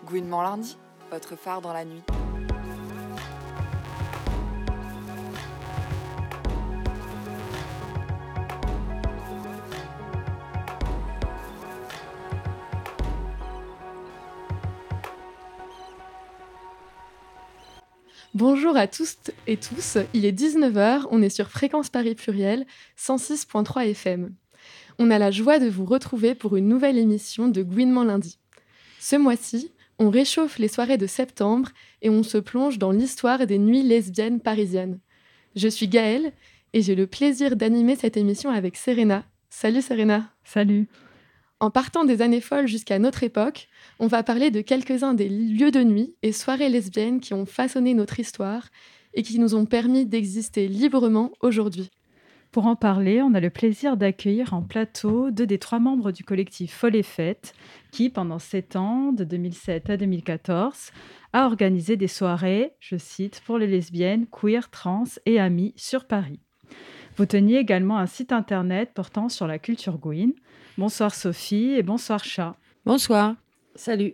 Gouinement lundi, votre phare dans la nuit. Bonjour à tous et tous, il est 19h, on est sur Fréquence Paris Pluriel, 106.3 FM. On a la joie de vous retrouver pour une nouvelle émission de Gouinement lundi. Ce mois-ci, on réchauffe les soirées de septembre et on se plonge dans l'histoire des nuits lesbiennes parisiennes. Je suis Gaëlle et j'ai le plaisir d'animer cette émission avec Serena. Salut Serena. Salut. En partant des années folles jusqu'à notre époque, on va parler de quelques-uns des lieux de nuit et soirées lesbiennes qui ont façonné notre histoire et qui nous ont permis d'exister librement aujourd'hui. Pour en parler, on a le plaisir d'accueillir en plateau 2 des 3 membres du collectif Folle et Fête qui, pendant 7 ans, de 2007 à 2014, a organisé des soirées, je cite, pour les lesbiennes, queer, trans et amis sur Paris. Vous teniez également un site internet portant sur la culture gouine. Bonsoir Sophie et bonsoir Chat. Bonsoir. Salut.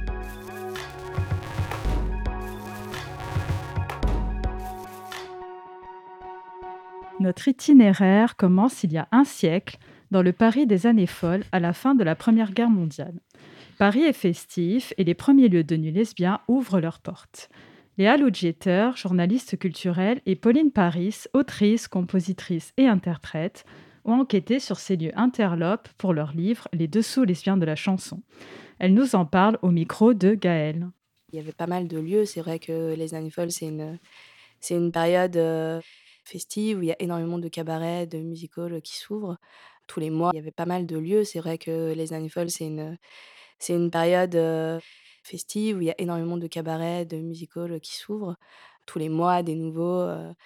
Notre itinéraire commence il y a un siècle, dans le Paris des années folles, à la fin de la Première Guerre mondiale. Paris est festif et les premiers lieux de nuit lesbiens ouvrent leurs portes. Léa Loudjeter, journaliste culturelle, et Pauline Paris, autrice, compositrice et interprète, ont enquêté sur ces lieux interlopes pour leur livre Les dessous lesbiens de la chanson. Elle nous en parle au micro de Gaëlle. Il y avait pas mal de lieux. C'est vrai que les années folles, c'est une période festive où il y a énormément de cabarets, de music-halls qui s'ouvrent. Tous les mois, il y avait pas mal de lieux. C'est vrai que les années folles, c'est une période festive où il y a énormément de cabarets, de music-halls qui s'ouvrent. Tous les mois, des nouveaux.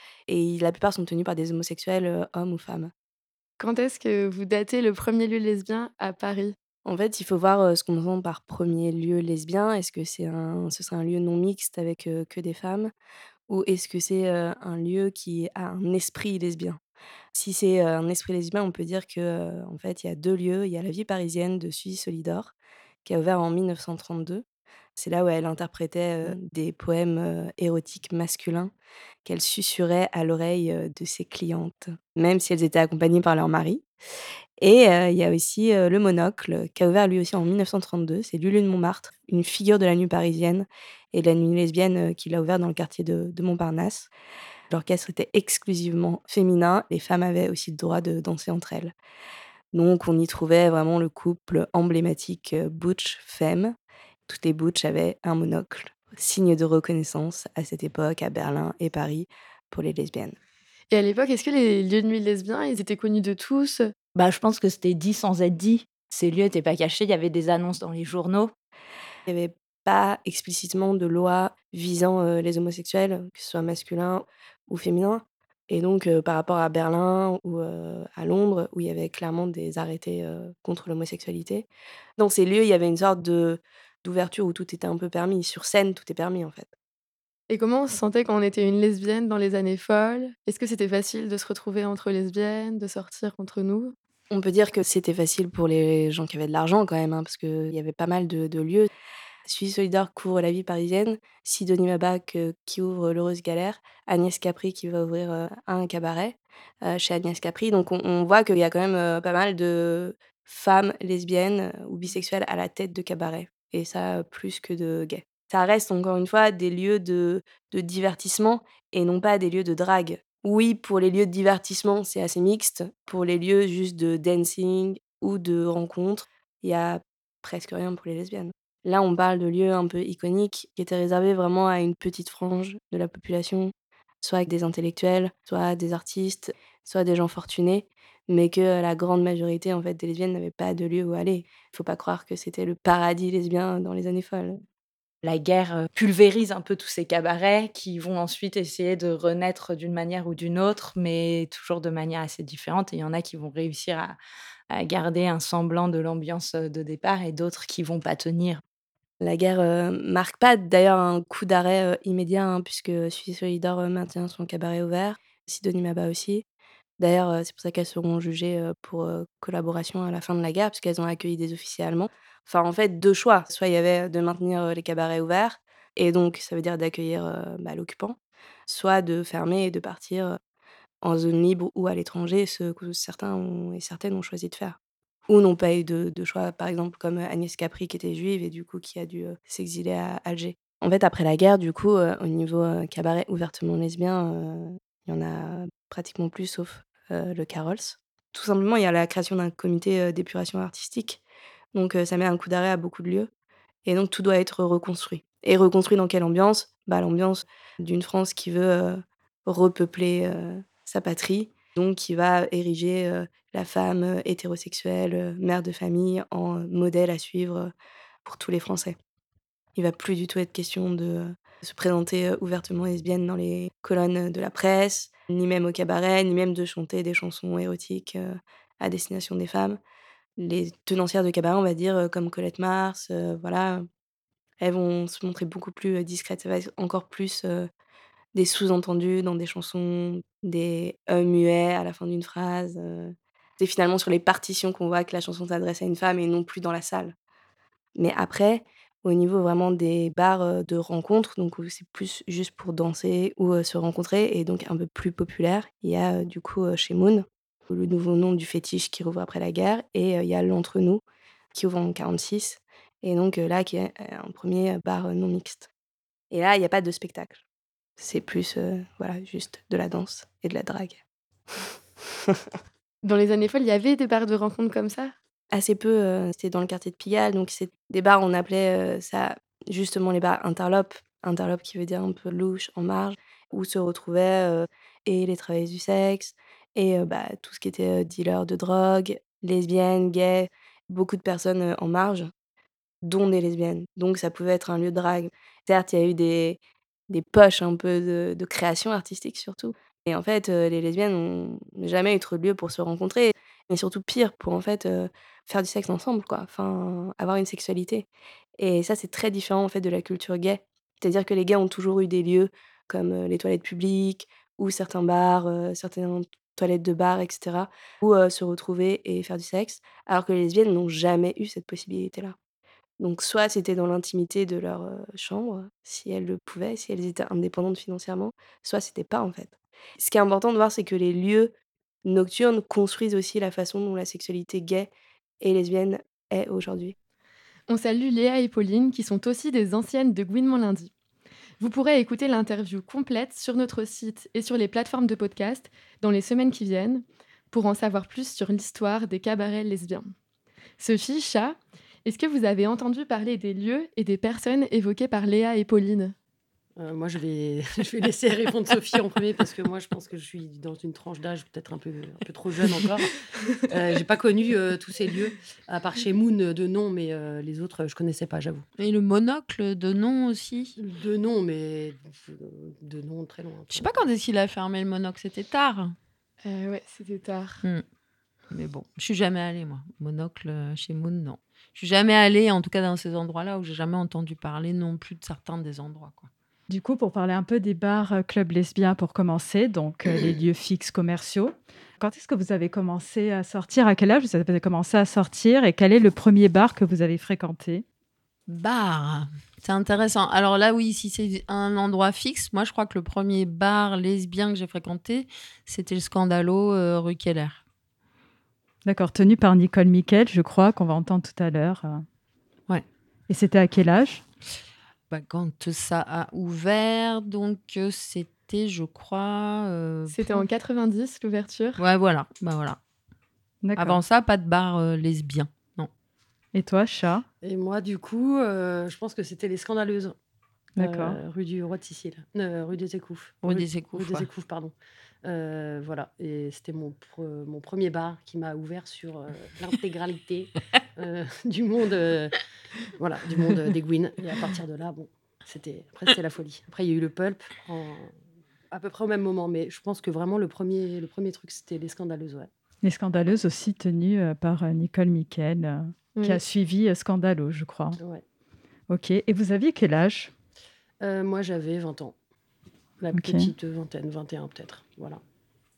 Et la plupart sont tenus par des homosexuels, hommes ou femmes. Quand est-ce que vous datez le premier lieu lesbien à Paris ? En fait, il faut voir ce qu'on entend par premier lieu lesbien. Est-ce que ce serait un lieu non mixte avec que des femmes? Ou est-ce que c'est un lieu qui a un esprit lesbien? Si c'est un esprit lesbien, on peut dire que, en fait, il y a 2 lieux. Il y a la Vie parisienne de Suzy Solidor, qui a ouvert en 1932. C'est là où elle interprétait des poèmes érotiques masculins qu'elle susurrait à l'oreille de ses clientes, même si elles étaient accompagnées par leur mari. Et il y a aussi le Monocle, qui a ouvert lui aussi en 1932. C'est Lulu de Montmartre, une figure de la nuit parisienne et de la nuit lesbienne, qu'il a ouvert dans le quartier de Montparnasse. L'orchestre était exclusivement féminin, les femmes avaient aussi le droit de danser entre elles. Donc on y trouvait vraiment le couple emblématique, butch-femme. Toutes les butch avaient un monocle, signe de reconnaissance à cette époque à Berlin et Paris pour les lesbiennes. Et à l'époque, est-ce que les lieux de nuit lesbiens, ils étaient connus de tous ? Je pense que c'était dit sans être dit. Ces lieux n'étaient pas cachés, il y avait des annonces dans les journaux. Il n'y avait pas explicitement de loi visant les homosexuels, que ce soit masculin ou féminin. Et donc, par rapport à Berlin ou à Londres, où il y avait clairement des arrêtés contre l'homosexualité, dans ces lieux, il y avait une sorte d'ouverture où tout était un peu permis. Sur scène, tout est permis, en fait. Et comment on se sentait quand on était une lesbienne dans les années folles ? Est-ce que c'était facile de se retrouver entre lesbiennes, de sortir entre nous ? On peut dire que c'était facile pour les gens qui avaient de l'argent quand même, hein, parce qu'il y avait pas mal de lieux. Suisse Solidor couvre la vie parisienne, Sidonie Mabac qui ouvre l'Heureuse Galère, Agnès Capri qui va ouvrir un cabaret chez Agnès Capri. Donc on voit qu'il y a quand même pas mal de femmes lesbiennes ou bisexuelles à la tête de cabaret. Et ça, plus que de gays. Ça reste encore une fois des lieux de divertissement et non pas des lieux de drague. Oui, pour les lieux de divertissement, c'est assez mixte. Pour les lieux juste de dancing ou de rencontres, il y a presque rien pour les lesbiennes. Là, on parle de lieux un peu iconiques qui étaient réservés vraiment à une petite frange de la population, soit des intellectuels, soit des artistes, soit des gens fortunés, mais que la grande majorité, en fait, des lesbiennes n'avaient pas de lieu où aller. Il faut pas croire que c'était le paradis lesbien dans les années folles. La guerre pulvérise un peu tous ces cabarets qui vont ensuite essayer de renaître d'une manière ou d'une autre, mais toujours de manière assez différente. Et il y en a qui vont réussir à garder un semblant de l'ambiance de départ et d'autres qui vont pas tenir. La guerre marque pas d'ailleurs un coup d'arrêt immédiat, hein, puisque Suisse Solidor maintient son cabaret ouvert, Sidonie Maba aussi. D'ailleurs, c'est pour ça qu'elles seront jugées, pour, collaboration à la fin de la guerre, puisqu'elles ont accueilli des officiers allemands. Enfin, en fait, 2 choix. Soit il y avait de maintenir, les cabarets ouverts et donc ça veut dire d'accueillir, l'occupant, soit de fermer et de partir, en zone libre ou à l'étranger, ce que certains ont et certaines ont choisi de faire. Ou n'ont pas eu de choix, par exemple comme, Agnès Capri qui était juive et du coup qui a dû, s'exiler à Alger. En fait, après la guerre, du coup, au niveau, cabaret ouvertement lesbien, il y en a pratiquement plus sauf, le Carols. Tout simplement, il y a la création d'un comité, d'épuration artistique, donc ça met un coup d'arrêt à beaucoup de lieux et donc tout doit être reconstruit et reconstruit dans quelle ambiance? Bah, l'ambiance d'une France qui veut, repeupler, sa patrie, donc qui va ériger, la femme, hétérosexuelle, mère de famille en, modèle à suivre, pour tous les Français. Il va plus du tout être question de, se présenter, ouvertement lesbienne dans les colonnes, de la presse, ni même au cabaret, ni même de chanter des chansons érotiques, à destination des femmes. Les tenancières de cabaret, on va dire, comme Colette Mars, voilà, elles vont se montrer beaucoup plus, discrètes. Ça va être encore plus, des sous-entendus dans des chansons, des muets à la fin d'une phrase, c'est finalement sur les partitions qu'on voit que la chanson s'adresse à une femme et non plus dans la salle. Mais après, au niveau vraiment des bars, de rencontres, donc où c'est plus juste pour danser ou, se rencontrer et donc un peu plus populaire, il y a, du coup, chez Moon, le nouveau nom du fétiche qui rouvre après la guerre et il y a l'Entre Nous qui ouvre en 46 et donc là qui est, un 1er bar, non mixte et là, il y a pas de spectacle. C'est plus, voilà, juste de la danse et de la drague. Dans les années folles, il y avait des bars de rencontres comme ça? Assez peu, c'était dans le quartier de Pigalle, donc c'est des bars, on appelait, ça justement les bars interlopes. Interlope qui veut dire un peu louche, en marge, où se retrouvaient, et les travailleuses du sexe et bah, tout ce qui était, dealers de drogue, lesbiennes, gays, beaucoup de personnes, en marge, dont des lesbiennes. Donc ça pouvait être un lieu de drague. Certes, il y a eu des poches un peu de création artistique surtout et en fait, les lesbiennes ont jamais eu trop de lieu pour se rencontrer, mais surtout pire, pour en fait, faire du sexe ensemble quoi, enfin avoir une sexualité et ça, c'est très différent en fait de la culture gay. C'est-à-dire que les gays ont toujours eu des lieux comme, les toilettes publiques ou certains bars, certaines toilettes de bar et cetera, où, se retrouver et faire du sexe, alors que les lesbiennes n'ont jamais eu cette possibilité-là. Donc soit c'était dans l'intimité de leur, chambre, si elles le pouvaient, si elles étaient indépendantes financièrement, soit c'était pas, en fait. Ce qui est important de voir, c'est que les lieux nocturnes construisent aussi la façon dont la sexualité gay et lesbienne est aujourd'hui. On salue Léa et Pauline, qui sont aussi des anciennes de Gouinement Lundi. Vous pourrez écouter l'interview complète sur notre site et sur les plateformes de podcast dans les semaines qui viennent pour en savoir plus sur l'histoire des cabarets lesbiens. Sophie, Chat, est-ce que vous avez entendu parler des lieux et des personnes évoquées par Léa et Pauline? Moi, je vais, je vais laisser répondre Sophie en premier parce que moi, je pense que je suis dans une tranche d'âge peut-être un peu trop jeune encore. J'ai pas connu tous ces lieux, à part chez Moon de nom, mais les autres, je connaissais pas, j'avoue. Et le monocle de nom aussi. De nom, mais de nom très loin. Je sais pas quand est-ce qu'il a fermé le monocle, c'était tard. Ouais, c'était tard. Mais bon, je suis jamais allée, moi. Monocle chez Moon, non. Je suis jamais allée, en tout cas dans ces endroits-là, où j'ai jamais entendu parler non plus de certains des endroits, quoi. Du coup, pour parler un peu des bars, clubs lesbiens pour commencer, donc les lieux fixes commerciaux. Quand est-ce que vous avez commencé à sortir? À quel âge vous avez commencé à sortir et quel est le premier bar que vous avez fréquenté? Bar, c'est intéressant. Alors là, oui, si c'est un endroit fixe, moi je crois que le premier bar lesbien que j'ai fréquenté, c'était le Scandalo rue Keller. D'accord, tenu par Nicole Miquel, je crois, qu'on va entendre tout à l'heure. Ouais. Et c'était à quel âge? Quand ça a ouvert, donc c'était, je crois... C'était en 90, l'ouverture. Ouais, voilà. Voilà. D'accord. Avant ça, pas de bar lesbien, non. Et toi, Chat? Et moi, du coup, je pense que c'était les Scandaleuses. D'accord. Rue du Roi de Sicile. Rue des Écouffes. Rue des Écouffes, Rue des ouais. Écouffes, pardon. Voilà. Et c'était mon premier bar qui m'a ouvert sur l'intégralité du monde, du monde des Gouines. Et à partir de là, bon, c'était la folie. Après, il y a eu le Pulp à peu près au même moment. Mais je pense que vraiment, le premier truc, c'était les Scandaleuses, ouais. Les Scandaleuses aussi tenues par Nicole Miquel, qui a suivi Scandalo, je crois. Ouais. Ok. Et vous aviez quel âge? Moi, j'avais 20 ans. La Ok. petite vingtaine, 21 peut-être. Voilà.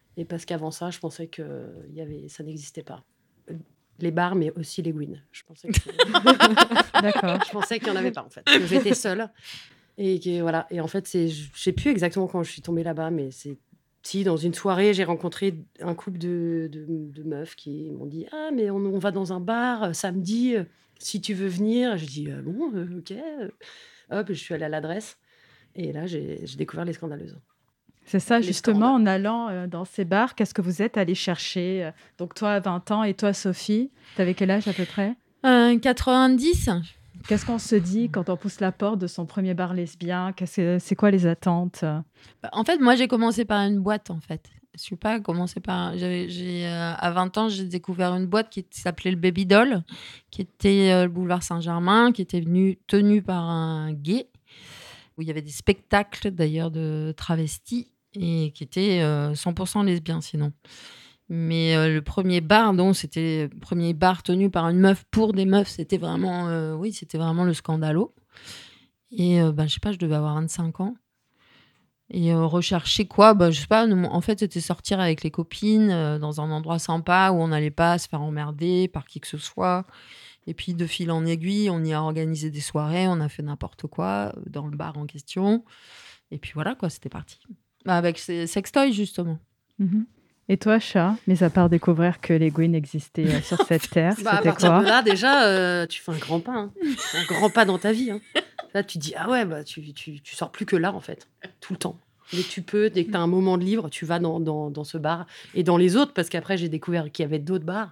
Et parce qu'avant ça, je pensais que ça n'existait pas. Les bars, mais aussi les Gwyn. D'accord. Je pensais qu'il n'y en avait pas, en fait. Que j'étais seule. Et voilà. Et en fait, je ne sais plus exactement quand je suis tombée là-bas, mais si dans une soirée, j'ai rencontré un couple de meufs qui m'ont dit « Ah, mais on va dans un bar samedi, si tu veux venir. » Je dis « Bon, ok. » Hop, je suis allée à l'adresse. Et là, j'ai découvert les Scandaleuses. C'est ça, Les justement, scandales. en allant dans ces bars, qu'est-ce que vous êtes allé chercher? Donc toi, à 20 ans, et toi, Sophie, t'avais quel âge à peu près? 90. Qu'est-ce qu'on se dit quand on pousse la porte de son premier bar lesbien? C'est quoi les attentes? En fait, moi, j'ai commencé par une boîte, en fait. Je suis pas commencé par... à 20 ans, j'ai découvert une boîte qui s'appelait le Baby Doll, qui était le boulevard Saint-Germain, qui était tenue par un gay, où il y avait des spectacles, d'ailleurs, de travestis, et qui était 100% lesbien, sinon. Mais le premier bar, donc, c'était le premier bar tenu par une meuf pour des meufs. C'était vraiment, c'était vraiment le Scandalo. Et je sais pas, je devais avoir 25 ans. Et rechercher quoi? Je sais pas, en fait, c'était sortir avec les copines dans un endroit sympa où on n'allait pas se faire emmerder par qui que ce soit. Et puis, de fil en aiguille, on y a organisé des soirées, on a fait n'importe quoi dans le bar en question. Et puis voilà, quoi, c'était parti. Avec ces sextoys, justement. Mhm. Et toi, Chat, mis à part découvrir que les Gwyn existaient sur cette terre, À c'était partir quoi? de là, déjà, tu fais un grand pas. Hein. Un grand pas dans ta vie. Hein. Là, tu te dis, ah ouais, tu sors plus que là, en fait, tout le temps. Dès que tu peux, dès que tu as un moment de libre, tu vas dans ce bar. Et dans les autres, parce qu'après, j'ai découvert qu'il y avait d'autres bars.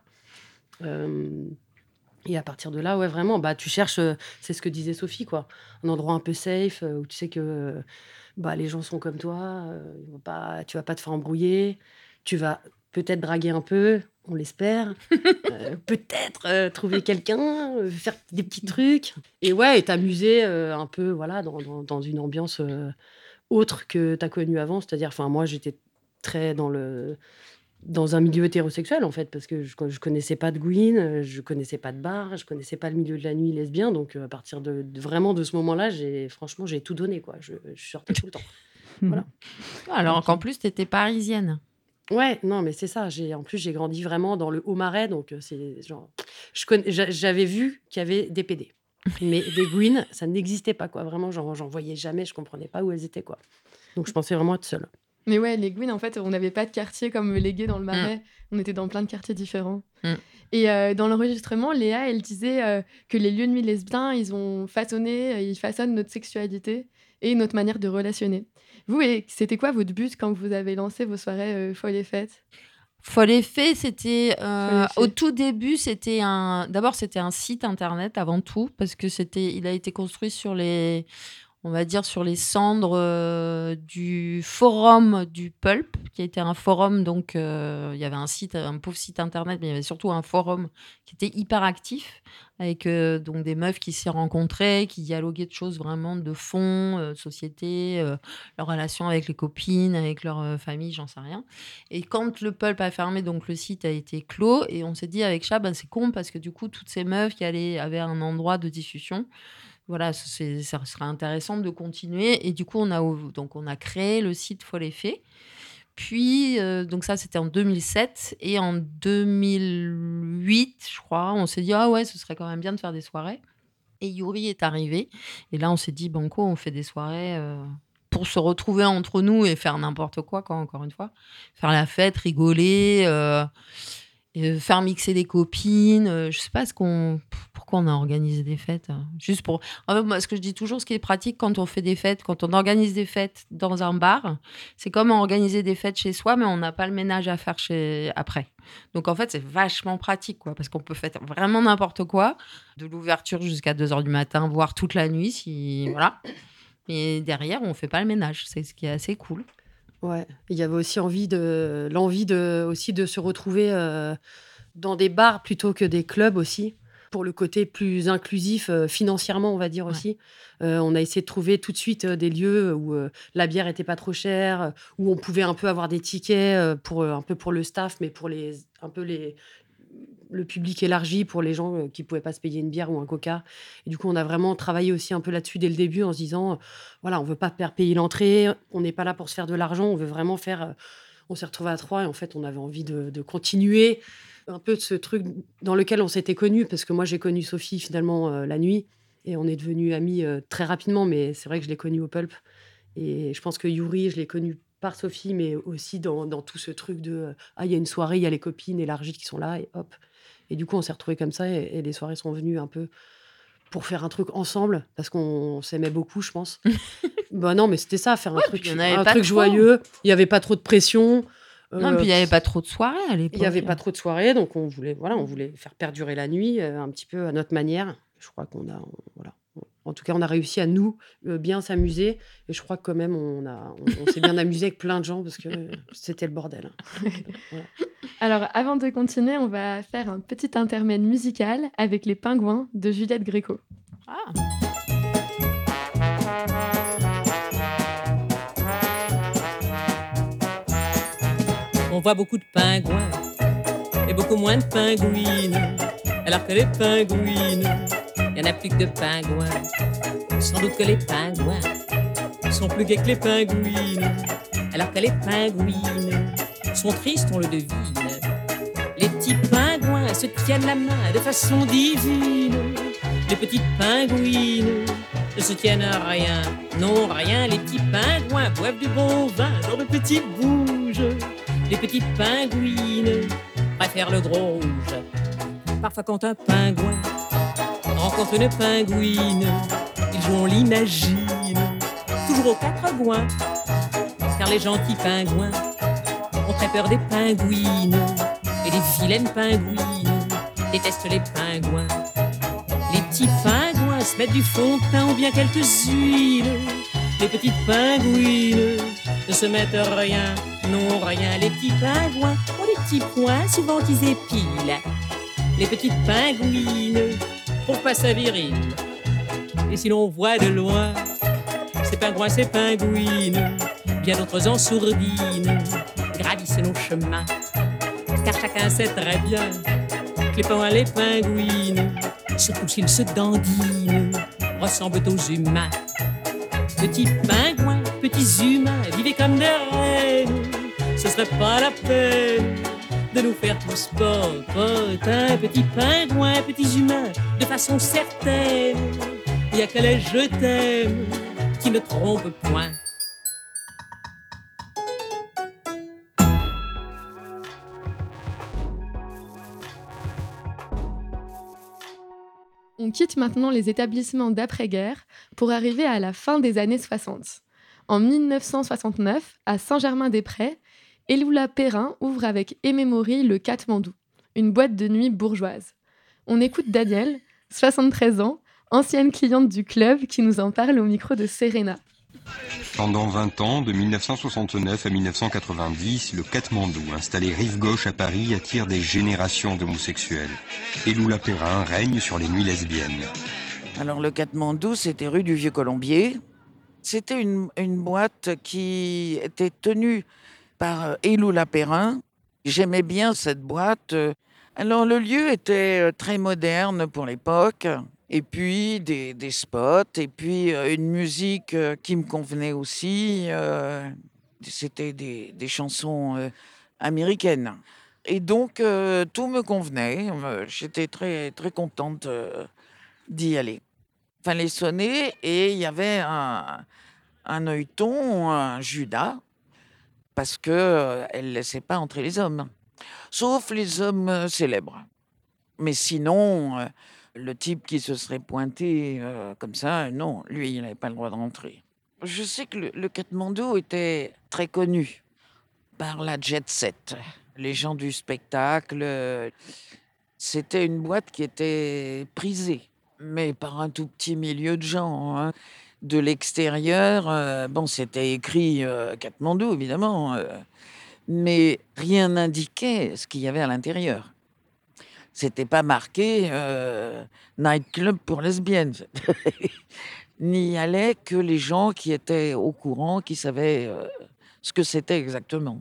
Et à partir de là, ouais, vraiment, tu cherches, c'est ce que disait Sophie, quoi. Un endroit un peu safe, où tu sais que les gens sont comme toi, tu vas pas te faire embrouiller, tu vas peut-être draguer un peu, on l'espère, peut-être trouver quelqu'un, faire des petits trucs. Et ouais, et t'amuser un peu, voilà, dans une ambiance autre que tu as connue avant. C'est-à-dire, moi, j'étais très dans un milieu hétérosexuel, en fait, parce que je connaissais pas de Gwyn, je connaissais pas de bar, je connaissais pas le milieu de la nuit lesbien. Donc, à partir vraiment de ce moment-là, franchement, j'ai tout donné, quoi. Je sortais tout le temps. Voilà. Alors Ok. qu'en plus, tu étais parisienne. Ouais, non, mais c'est ça. En plus, j'ai grandi vraiment dans le Haut-Marais, donc c'est genre... J'avais vu qu'il y avait des PD. Mais des Gwyn, ça n'existait pas, quoi. Vraiment, j'en voyais jamais, je comprenais pas où elles étaient, quoi. Donc, je pensais vraiment être seule. Mais ouais, les Gwyn, en fait, on n'avait pas de quartier comme les gays dans le Marais. On était dans plein de quartiers différents. Et dans l'enregistrement, Léa, elle disait que les lieux de nuit lesbiens, ils façonnent notre sexualité et notre manière de relationner. Vous, c'était quoi votre but quand vous avez lancé vos soirées folles et fêtes? Folle Effet, c'était Folle et au Fées. tout début, c'était un site internet avant tout, parce que il a été construit on va dire sur les cendres du forum du Pulp, qui était un forum. Donc il y avait un pauvre site internet, mais il y avait surtout un forum qui était hyper actif, avec donc des meufs qui s'y rencontraient, qui dialoguaient de choses vraiment de fond, société, leurs relations avec les copines, avec leur famille, j'en sais rien. Et quand le Pulp a fermé, donc le site a été clos, et on s'est dit avec Chat, c'est con, parce que du coup, toutes ces meufs qui avaient un endroit de discussion, voilà, ça serait intéressant de continuer. Et du coup, on a créé le site Folle et Fée. Puis, donc ça, c'était en 2007. Et en 2008, je crois, on s'est dit, ah ouais, ce serait quand même bien de faire des soirées. Et Yuri est arrivé. Et là, on s'est dit, banco, on fait des soirées pour se retrouver entre nous et faire n'importe quoi, encore une fois. Faire la fête, rigoler, et faire mixer des copines. Je sais pas pourquoi on a organisé des fêtes. Juste pour... En fait, moi, ce que je dis toujours, ce qui est pratique quand on fait des fêtes, quand on organise des fêtes dans un bar, c'est comme organiser des fêtes chez soi, mais on n'a pas le ménage à faire après. Donc, en fait, c'est vachement pratique, quoi, parce qu'on peut faire vraiment n'importe quoi, de l'ouverture jusqu'à 2h du matin, voire toute la nuit, voilà. Mais derrière, on fait pas le ménage. C'est ce qui est assez cool. Ouais, il y avait aussi l'envie de se retrouver dans des bars plutôt que des clubs aussi, pour le côté plus inclusif financièrement, on va dire aussi. On a essayé de trouver tout de suite des lieux où la bière était pas trop chère, où on pouvait un peu avoir des tickets un peu pour le staff, mais pour le public élargi, pour les gens qui pouvaient pas se payer une bière ou un coca. Et du coup, on a vraiment travaillé aussi un peu là-dessus dès le début en se disant, voilà, on veut pas faire payer l'entrée, on n'est pas là pour se faire de l'argent, on veut vraiment faire... on s'est retrouvés à 3 et en fait, on avait envie de continuer un peu de ce truc dans lequel on s'était connus, parce que moi, j'ai connu Sophie finalement la nuit et on est devenus amis très rapidement, mais c'est vrai que je l'ai connue au Pulp. Et je pense que Yuri, je l'ai connu par Sophie, mais aussi dans tout ce truc de il y a une soirée, il y a les copines élargies qui sont là, et hop. Et du coup, on s'est retrouvés comme ça, et les soirées sont venues un peu pour faire un truc ensemble, parce qu'on s'aimait beaucoup, je pense. Bah non, mais c'était ça, faire un truc joyeux. Il n'y avait pas trop de pression. Non, puis il n'y avait pas trop de soirées à l'époque. Il n'y avait pas trop de soirées, donc on voulait faire perdurer la nuit un petit peu à notre manière. Je crois en tout cas, on a réussi à nous bien s'amuser, et je crois que quand même on s'est bien amusé avec plein de gens, parce que c'était le bordel. Voilà. Alors, avant de continuer, on va faire un petit intermède musical avec Les Pingouins de Juliette Gréco. Ah. On voit beaucoup de pingouins et beaucoup moins de pingouines. Alors que les pingouines, il n'y en a plus que de pingouins. Sans doute que les pingouins sont plus gais que les pingouines. Alors que les pingouines sont tristes, on le devine. Les petits pingouins se tiennent la main de façon divine. Les petites pingouines ne se tiennent à rien, non rien. Les petits pingouins boivent du bon vin dans de petits bouges. Les petites pingouines préfèrent le gros rouge. Parfois quand un pingouin rencontre une pingouine, ils jouent, on l'imagine, toujours aux quatre coins. Car les gentils pingouins ont très peur des pingouines, et les vilaines pingouines détestent les pingouins. Les petits pingouins se mettent du fond de teint ou bien quelques huiles. Les petites pingouines ne se mettent rien, non rien. Les petits pingouins ont des petits points souvent qu'ils épilent. Les petites pingouines trouvent pas ça viril. Et si l'on voit de loin ces pingouins, ces pingouines, bien d'autres en sourdine gravissent nos chemins. Car chacun sait très bien que les pingouins, les pingouines, surtout s'ils se dandinent, ressemblent aux humains. Petits pingouins, petits humains, vivez comme des reines. Ce serait pas la peine de nous faire tous potins. Petits pingouins, petits humains, de façon certaine, il y a que les je t'aime qui ne trompent point. On quitte maintenant les établissements d'après-guerre pour arriver à la fin des années 60. En 1969, à Saint-Germain-des-Prés, Eloula Perrin ouvre avec Aimé Maury le Katmandou, une boîte de nuit bourgeoise. On écoute Danielle, 73 ans, ancienne cliente du club, qui nous en parle au micro de Serena. Pendant 20 ans, de 1969 à 1990, le Katmandou, installé rive gauche à Paris, attire des générations d'homosexuels. Eloula Perrin règne sur les nuits lesbiennes. Alors le Katmandou, c'était rue du Vieux-Colombier. C'était une boîte qui était tenue par Eloula Perrin. J'aimais bien cette boîte. Alors le lieu était très moderne pour l'époque. Et puis des spots, et puis une musique qui me convenait aussi. C'était des chansons américaines. Et donc tout me convenait. J'étais très, très contente d'y aller. Fallait sonner et il y avait un œilleton, un Judas, parce qu'elle ne laissait pas entrer les hommes. Sauf les hommes célèbres. Mais sinon... le type qui se serait pointé comme ça, non, lui, il n'avait pas le droit de rentrer. Je sais que le Katmandou était très connu par la jet set. Les gens du spectacle, c'était une boîte qui était prisée, mais par un tout petit milieu de gens. Hein. De l'extérieur, c'était écrit Katmandou, évidemment, mais rien n'indiquait ce qu'il y avait à l'intérieur. C'était pas marqué nightclub pour lesbiennes. N'y allaient que les gens qui étaient au courant, qui savaient ce que c'était exactement.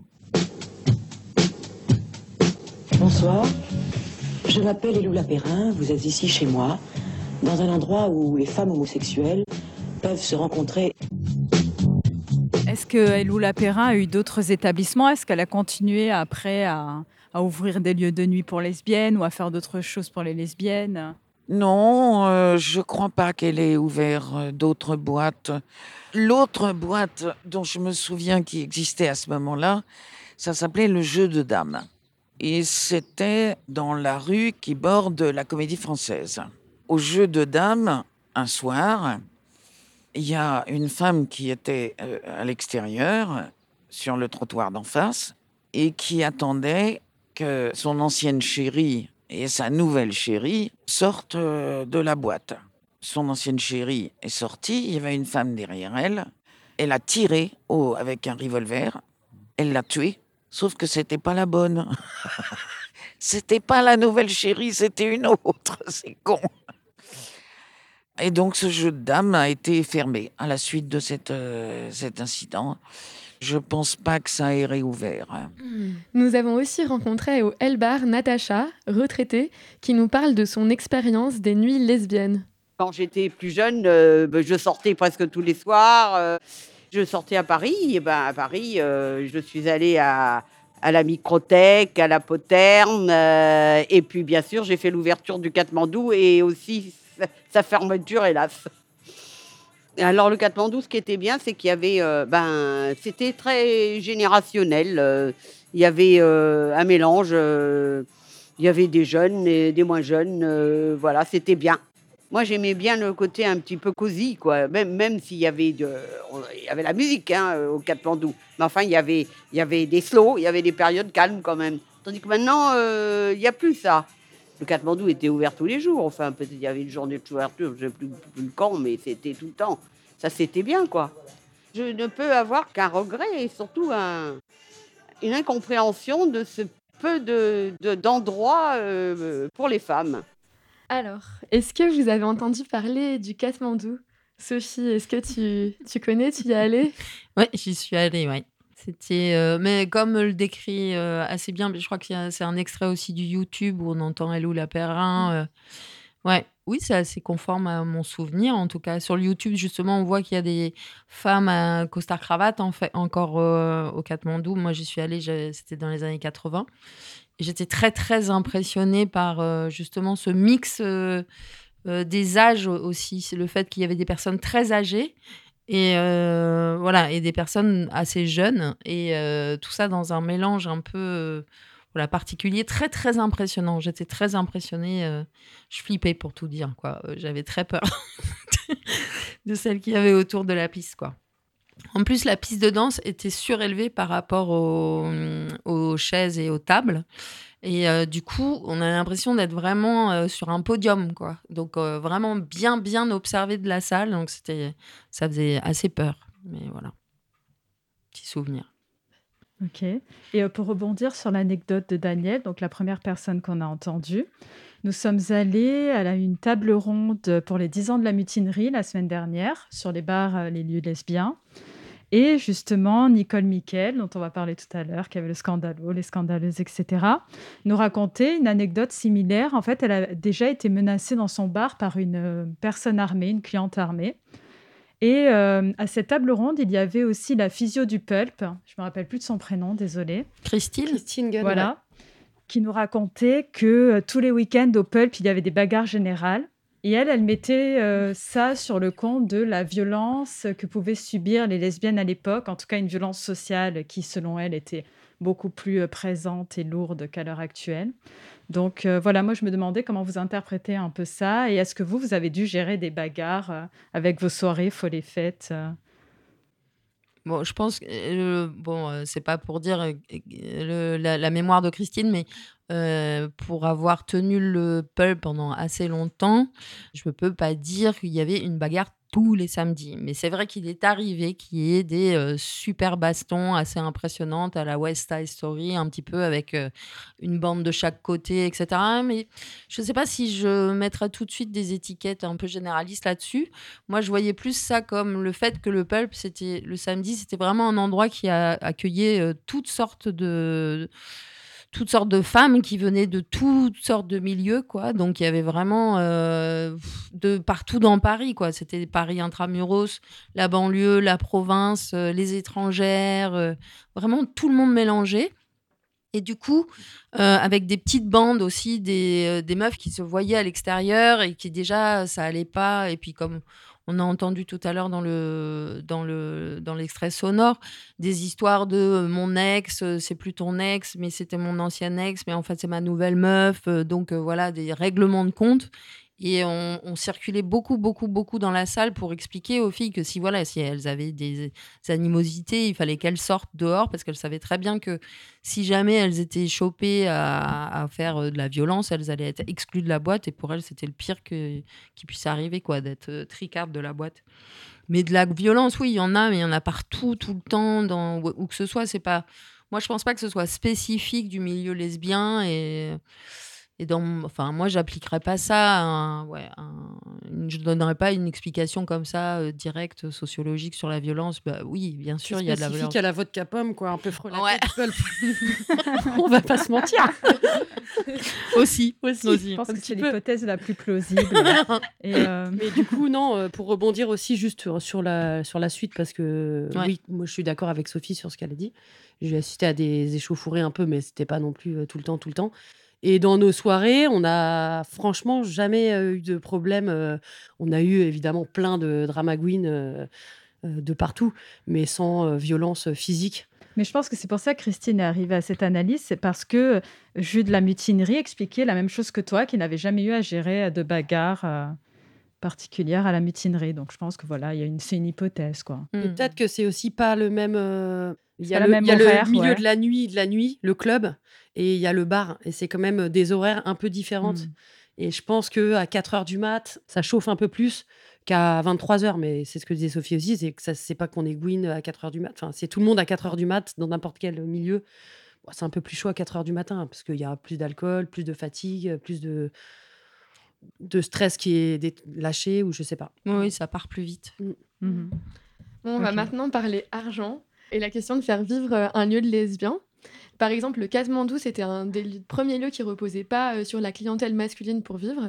Bonsoir, je m'appelle Eloula Perrin, vous êtes ici chez moi, dans un endroit où les femmes homosexuelles peuvent se rencontrer. Est-ce que Elula Perrin a eu d'autres établissements? Est-ce qu'elle a continué après à ouvrir des lieux de nuit pour lesbiennes ou à faire d'autres choses pour les lesbiennes? Non, je crois pas qu'elle ait ouvert d'autres boîtes. L'autre boîte dont je me souviens qui existait à ce moment-là, ça s'appelait le Jeu de Dames. Et c'était dans la rue qui borde la Comédie Française. Au Jeu de Dames, un soir, il y a une femme qui était à l'extérieur, sur le trottoir d'en face, et qui attendait que son ancienne chérie et sa nouvelle chérie sortent de la boîte. Son ancienne chérie est sortie, il y avait une femme derrière elle. Elle a tiré avec un revolver, elle l'a tuée, sauf que c'était pas la bonne. C'était pas la nouvelle chérie, c'était une autre, c'est con. Et donc ce jeu de dames a été fermé à la suite de cet incident. Je pense pas que ça ait réouvert. Nous avons aussi rencontré au L-Bar Natacha, retraitée, qui nous parle de son expérience des nuits lesbiennes. Quand j'étais plus jeune, je sortais presque tous les soirs. Je sortais à Paris. Et à Paris, je suis allée à la Microthèque, à la Poterne. Et puis, bien sûr, j'ai fait l'ouverture du Katmandou et aussi sa fermeture, hélas. Alors, le Katmandou, ce qui était bien, c'est qu'il y avait... c'était très générationnel. Il y avait un mélange. Il y avait des jeunes et des moins jeunes. Voilà, c'était bien. Moi, j'aimais bien le côté un petit peu cosy, quoi. Même s'il y avait la musique au Katmandou. Mais enfin, il y avait des slows, il y avait des périodes calmes quand même. Tandis que maintenant, il n'y a plus ça. Le Katmandou était ouvert tous les jours. Enfin, peut-être il y avait une journée d'ouverture, je ne sais plus quand, mais c'était tout le temps. Ça, c'était bien, quoi. Je ne peux avoir qu'un regret et surtout une incompréhension de ce peu d'endroits pour les femmes. Alors, est-ce que vous avez entendu parler du Katmandou? Sophie, est-ce que tu connais, tu y es allée? Oui, j'y suis allée, oui. C'était, mais comme le décrit assez bien, je crois que c'est un extrait aussi du YouTube où on entend Elula Perrin. Ouais, oui, c'est assez conforme à mon souvenir. En tout cas, sur le YouTube, justement, on voit qu'il y a des femmes à costard-cravate en fait, encore au Katmandou. Moi, j'y suis allée, c'était dans les années 80. Et j'étais très, très impressionnée par justement ce mix des âges aussi. C'est le fait qu'il y avait des personnes très âgées et voilà, et des personnes assez jeunes. Et tout ça dans un mélange un peu voilà, particulier, très, très impressionnant. J'étais très impressionnée. Je flippais pour tout dire, quoi. J'avais très peur de celle qu'il y avait autour de la piste, quoi. En plus, la piste de danse était surélevée par rapport aux chaises et aux tables. Et du coup, on a l'impression d'être vraiment sur un podium, quoi. Donc, vraiment bien, bien observé de la salle. Donc, ça faisait assez peur. Mais voilà, petit souvenir. Ok. Et pour rebondir sur l'anecdote de Daniel, donc la première personne qu'on a entendue, nous sommes allés à une table ronde pour les 10 ans de la mutinerie la semaine dernière sur les bars, les lieux lesbiens. Et justement, Nicole Miquel, dont on va parler tout à l'heure, qui avait le scandalo, les scandaleuses, etc., nous racontait une anecdote similaire. En fait, elle a déjà été menacée dans son bar par une personne armée, une cliente armée. Et à cette table ronde, il y avait aussi la physio du Pulp. Je ne me rappelle plus de son prénom, désolée. Christine Gunn. Voilà. Qui nous racontait que tous les week-ends au Pulp, il y avait des bagarres générales. Et elle mettait ça sur le compte de la violence que pouvaient subir les lesbiennes à l'époque, en tout cas une violence sociale qui, selon elle, était beaucoup plus présente et lourde qu'à l'heure actuelle. Donc voilà, moi je me demandais comment vous interprétez un peu ça, et est-ce que vous avez dû gérer des bagarres avec vos soirées folles et fêtes Bon, je pense que c'est pas pour dire la mémoire de Christine, mais pour avoir tenu le Pulp pendant assez longtemps, je ne peux pas dire qu'il y avait une bagarre tous les samedis. Mais c'est vrai qu'il est arrivé qu'il y ait des super bastons assez impressionnantes à la West Side Story, un petit peu avec une bande de chaque côté, etc. Mais je ne sais pas si je mettrais tout de suite des étiquettes un peu généralistes là-dessus. Moi, je voyais plus ça comme le fait que le Pulp, le samedi, c'était vraiment un endroit qui accueillait toutes sortes de toutes sortes de femmes qui venaient de toutes sortes de milieux, quoi. Donc, il y avait vraiment de partout dans Paris, quoi. C'était Paris intramuros, la banlieue, la province, les étrangères, vraiment tout le monde mélangé. Et du coup, avec des petites bandes aussi, des meufs qui se voyaient à l'extérieur et qui déjà, ça allait pas. Et puis comme on a entendu tout à l'heure dans l'extrait sonore, des histoires de mon ex, c'est plus ton ex, mais c'était mon ancien ex, mais en fait c'est ma nouvelle meuf. Donc voilà, des règlements de compte. Et on circulait beaucoup, beaucoup, beaucoup dans la salle pour expliquer aux filles que si elles avaient des animosités, il fallait qu'elles sortent dehors parce qu'elles savaient très bien que si jamais elles étaient chopées à faire de la violence, elles allaient être exclues de la boîte et pour elles, c'était le pire qui puisse arriver, quoi, d'être tricarde de la boîte. Mais de la violence, oui, il y en a, mais il y en a partout, tout le temps, où que ce soit. C'est pas... Moi, je pense pas que ce soit spécifique du milieu lesbien et moi, j'appliquerais pas ça. Je donnerais pas une explication comme ça, directe, sociologique sur la violence. Bah oui, bien sûr, il y a de la violence. Spécifique à la vodka pomme, quoi, un peu frelaté. Ouais. On va pas se mentir. aussi. Je pense que c'est l'hypothèse la plus plausible. Mais du coup, non, pour rebondir aussi juste sur la suite, parce que oui, moi, je suis d'accord avec Sophie sur ce qu'elle a dit. J'ai assisté à des échauffourées un peu, mais c'était pas non plus tout le temps. Et dans nos soirées, on a franchement jamais eu de problème. On a eu évidemment plein de drama queens de partout, mais sans violence physique. Mais je pense que c'est pour ça que Christine est arrivée à cette analyse, c'est parce que Jules de la Mutinerie expliquait la même chose que toi, qui n'avait jamais eu à gérer de bagarre particulière à la mutinerie. Donc je pense que voilà, c'est une hypothèse, quoi. Et peut-être que c'est aussi pas le même. Il y a le milieu de la nuit, le club, et il y a le bar. Et c'est quand même des horaires un peu différentes. Et je pense qu'à 4h du mat, ça chauffe un peu plus qu'à 23h. Mais c'est ce que disait Sophie aussi, c'est pas qu'on est Gwyn à 4h du mat. Enfin, c'est tout le monde à 4h du mat dans n'importe quel milieu. Bon, c'est un peu plus chaud à 4h du matin parce qu'il y a plus d'alcool, plus de fatigue, plus de stress qui est lâché ou je sais pas. Oui, ça part plus vite. Bon, on va maintenant parler argent et la question de faire vivre un lieu de lesbiens. Par exemple, le Katmandou, c'était un des premiers lieux qui reposait pas sur la clientèle masculine pour vivre.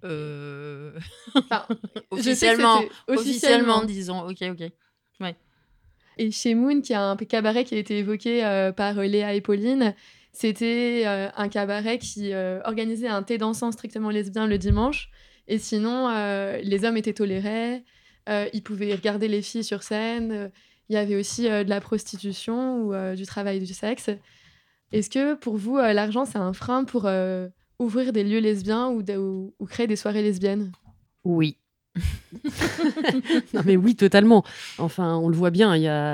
Enfin, officiellement, disons. Ok. Ouais. Et chez Moon, qui a un cabaret qui a été évoqué par Léa et Pauline, c'était un cabaret qui organisait un thé dansant strictement lesbien le dimanche. Et sinon, les hommes étaient tolérés. Ils pouvaient regarder les filles sur scène. Il y avait aussi de la prostitution ou du travail du sexe. Est-ce que pour vous, l'argent, c'est un frein pour ouvrir des lieux lesbiens ou créer des soirées lesbiennes ? Oui. Non mais oui, totalement. Enfin, on le voit bien.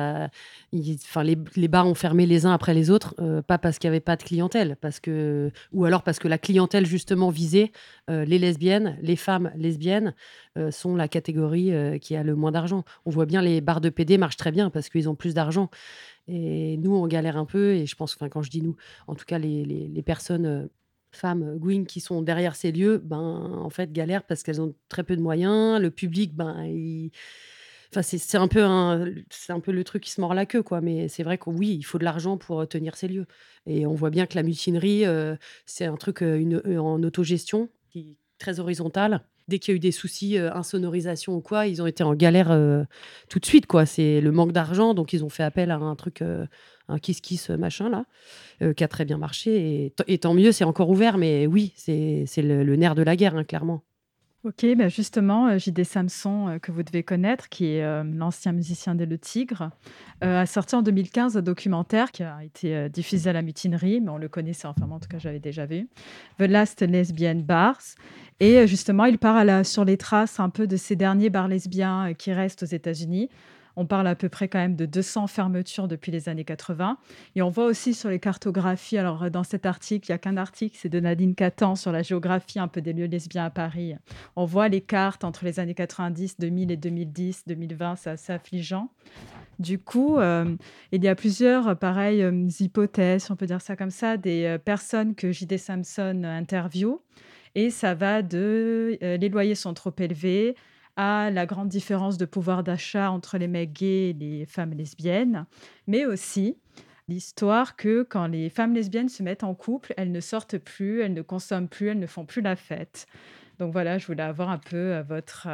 Les bars ont fermé les uns après les autres, pas parce qu'il n'y avait pas de clientèle, ou alors parce que la clientèle justement visée, les lesbiennes, les femmes lesbiennes sont la catégorie qui a le moins d'argent. On voit bien les bars de PD marchent très bien parce qu'ils ont plus d'argent. Et nous, on galère un peu. Et je pense, quand je dis nous, en tout cas les personnes femmes Gwyn qui sont derrière ces lieux, en fait, galèrent parce qu'elles ont très peu de moyens. Le public, c'est un peu le truc qui se mord la queue, quoi. Mais c'est vrai que oui, il faut de l'argent pour tenir ces lieux. Et on voit bien que la mutinerie, c'est un truc en autogestion, qui est très horizontale. Dès qu'il y a eu des soucis insonorisation ou quoi, ils ont été en galère tout de suite, quoi. C'est le manque d'argent, donc ils ont fait appel à un truc, un kiss machin là, qui a très bien marché. Et tant mieux, c'est encore ouvert, mais oui, c'est le nerf de la guerre, hein, clairement. Ok, justement, J.D. Samson, que vous devez connaître, qui est l'ancien musicien des Le Tigre, a sorti en 2015 un documentaire qui a été diffusé à la mutinerie, mais on le connaissait, enfin en tout cas j'avais déjà vu, The Last Lesbian Bars. Et justement, il part sur les traces un peu de ces derniers bars lesbiens qui restent aux États-Unis. On parle à peu près quand même de 200 fermetures depuis les années 80. Et on voit aussi sur les cartographies, alors dans cet article, il n'y a qu'un article, c'est de Nadine Catan sur la géographie un peu des lieux lesbiens à Paris. On voit les cartes entre les années 90, 2000 et 2010, 2020, c'est assez affligeant. Du coup, il y a plusieurs, hypothèses, on peut dire ça comme ça, des personnes que J.D. Samson interviewe. Et ça va de les loyers sont trop élevés à la grande différence de pouvoir d'achat entre les mecs gays et les femmes lesbiennes, mais aussi l'histoire que quand les femmes lesbiennes se mettent en couple, elles ne sortent plus, elles ne consomment plus, elles ne font plus la fête. Donc voilà, je voulais avoir un peu votre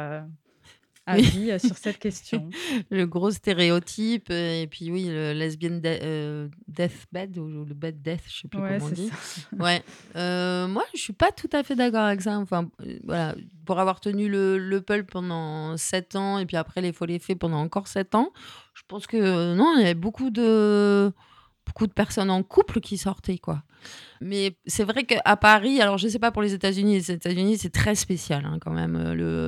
avis sur cette question. Le gros stéréotype, et puis oui, le lesbian deathbed ou le bed death, je sais plus Ouais, comment on c'est dit. ça. Ouais. Moi, je suis pas tout à fait d'accord avec ça. Enfin, voilà, pour avoir tenu le pulp pendant 7 ans et puis après les Folles et Fées pendant encore 7 ans, je pense que non, il y avait beaucoup de personnes en couple qui sortaient, quoi. Mais c'est vrai qu'à Paris, alors je sais pas pour les États-Unis, c'est très spécial, hein, quand même.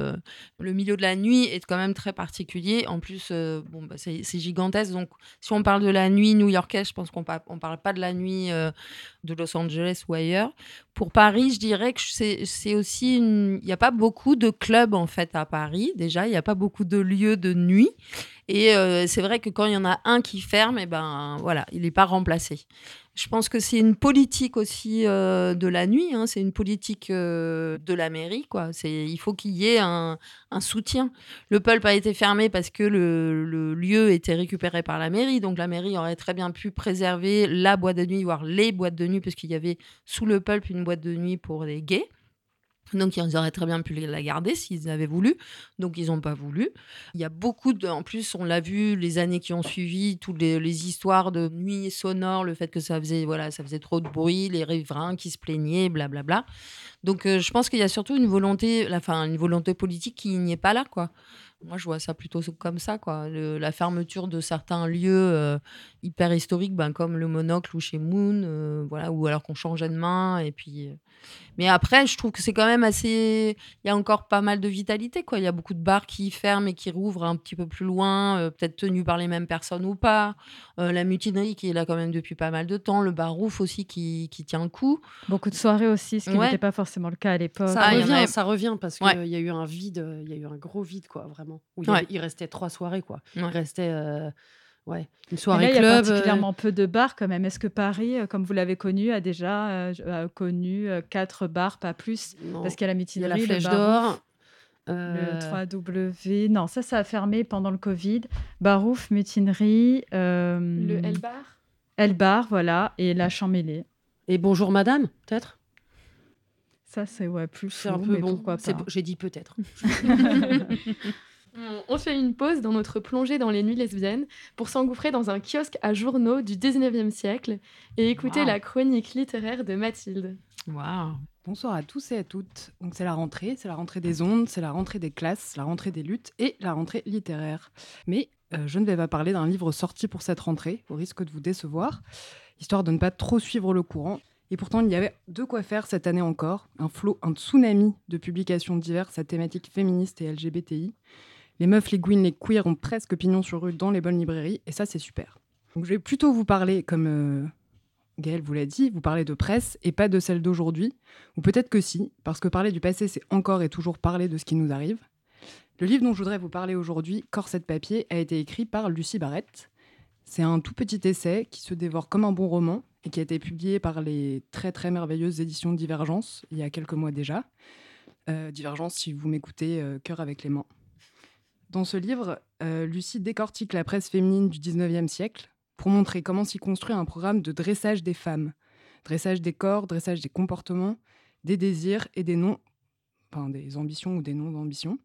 Le milieu de la nuit est quand même très particulier. En plus, bon, bah, c'est gigantesque. Donc, si on parle de la nuit new-yorkaise, je pense qu'on parle pas de la nuit de Los Angeles ou ailleurs. Pour Paris, je dirais que c'est aussi il n'y a pas beaucoup de clubs en fait à Paris. Déjà, il n'y a pas beaucoup de lieux de nuit. Et c'est vrai que quand il y en a un qui ferme, et ben voilà, il n'est pas remplacé. Je pense que c'est une politique aussi de la nuit, hein, c'est une politique de la mairie, quoi. Il faut qu'il y ait un soutien. Le pulp a été fermé parce que le lieu était récupéré par la mairie, donc la mairie aurait très bien pu préserver la boîte de nuit, voire les boîtes de nuit, parce qu'il y avait sous le pulp une boîte de nuit pour les gays. Donc, ils auraient très bien pu la garder s'ils avaient voulu. Donc, ils n'ont pas voulu. Il y a beaucoup de... En plus, on l'a vu les années qui ont suivi, toutes les histoires de nuit sonore, le fait que ça faisait trop de bruit, les riverains qui se plaignaient, blablabla. Donc, je pense qu'il y a surtout une volonté politique qui n'y est pas là, quoi. Moi, je vois ça plutôt comme ça, quoi. La fermeture de certains lieux hyper historiques, ben, comme le Monocle ou chez Moon, voilà, ou alors qu'on changeait de main. Et puis, mais après, je trouve que c'est quand même assez. Il y a encore pas mal de vitalité, quoi. Il y a beaucoup de bars qui ferment et qui rouvrent un petit peu plus loin, peut-être tenus par les mêmes personnes ou pas. La Mutinerie qui est là quand même depuis pas mal de temps. Le bar Rouf aussi qui tient le coup. Beaucoup de soirées aussi, ce qui Ouais. n'était pas forcément le cas à l'époque. Ça revient parce qu'il Ouais. y a eu un vide, il y a eu un gros vide, quoi, vraiment. Où Ouais. il restait 3 soirées, quoi. Il Ouais. restait une Mais soirée là, il y a club. particulièrement peu de bars quand même. Est-ce que Paris, comme vous l'avez connu, a déjà connu 4 bars, pas plus? Non. Parce qu'il y a la Il y a Mutinerie, la le Flèche Barouf, d'Or. le 3W. Non, ça a fermé pendant le Covid. Barouf, Mutinerie, Le L-Bar. L-Bar, voilà, et la Champmêlée. Et Bonjour Madame, peut-être. Ça, c'est plus C'est un chaud, peu mais bon. pourquoi pas. J'ai dit peut-être. On fait une pause dans notre plongée dans les nuits lesbiennes pour s'engouffrer dans un kiosque à journaux du 19e siècle et écouter Wow. la chronique littéraire de Mathilde. Waouh. Bonsoir à tous et à toutes. Donc c'est la rentrée des ondes, c'est la rentrée des classes, la rentrée des luttes et la rentrée littéraire. Mais je ne vais pas parler d'un livre sorti pour cette rentrée, au risque de vous décevoir, histoire de ne pas trop suivre le courant. Et pourtant, il y avait de quoi faire cette année encore, un tsunami de publications diverses à thématiques féministes et LGBTI. Les meufs, les gouines, les queers ont presque pignon sur rue dans les bonnes librairies, et ça, c'est super. Donc je vais plutôt vous parler, comme Gaëlle vous l'a dit, vous parlez de presse et pas de celle d'aujourd'hui. Ou peut-être que si, parce que parler du passé, c'est encore et toujours parler de ce qui nous arrive. Le livre dont je voudrais vous parler aujourd'hui, Corset de papier, a été écrit par Lucie Barrette. C'est un tout petit essai qui se dévore comme un bon roman et qui a été publié par les très très merveilleuses éditions Divergence il y a quelques mois déjà. Divergence, si vous m'écoutez, cœur avec les mains. Dans ce livre, Lucie décortique la presse féminine du 19e siècle pour montrer comment s'y construit un programme de dressage des femmes. Dressage des corps, dressage des comportements, des désirs et des noms, enfin des ambitions ou des noms d'ambitions.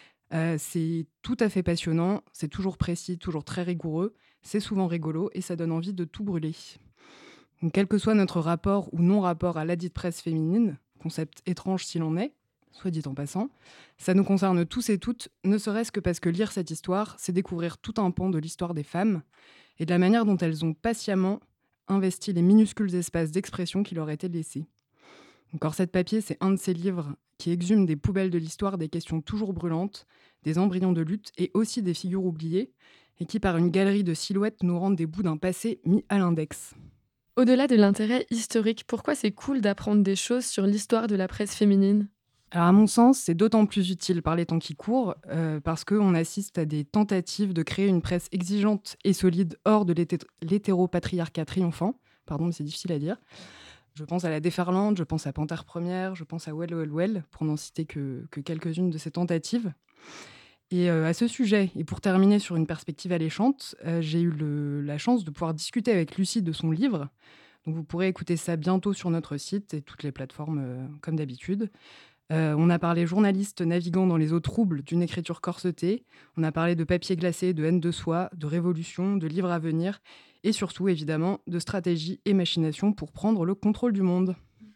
C'est tout à fait passionnant, c'est toujours précis, toujours très rigoureux, c'est souvent rigolo et ça donne envie de tout brûler. Donc, quel que soit notre rapport ou non-rapport à ladite presse féminine, concept étrange s'il en est, soit dit en passant, ça nous concerne tous et toutes, ne serait-ce que parce que lire cette histoire, c'est découvrir tout un pan de l'histoire des femmes et de la manière dont elles ont patiemment investi les minuscules espaces d'expression qui leur étaient laissés. Corset de papier, c'est un de ces livres qui exhume des poubelles de l'histoire des questions toujours brûlantes, des embryons de lutte et aussi des figures oubliées, et qui, par une galerie de silhouettes, nous rendent des bouts d'un passé mis à l'index. Au-delà de l'intérêt historique, pourquoi c'est cool d'apprendre des choses sur l'histoire de la presse féminine ? Alors à mon sens, c'est d'autant plus utile par les temps qui courent, parce qu'on assiste à des tentatives de créer une presse exigeante et solide hors de l'hétéropatriarcat triomphant. Pardon, mais c'est difficile à dire. Je pense à la Déferlante, je pense à Panthère Première, je pense à Well, Well, Well, pour n'en citer que quelques-unes de ces tentatives. Et à ce sujet, et pour terminer sur une perspective alléchante, j'ai eu la chance de pouvoir discuter avec Lucie de son livre. Donc vous pourrez écouter ça bientôt sur notre site et toutes les plateformes comme d'habitude. On a parlé journaliste naviguant dans les eaux troubles d'une écriture corsetée. On a parlé de papier glacé, de haine de soi, de révolution, de livres à venir et surtout, évidemment, de stratégie et machination pour prendre le contrôle du monde.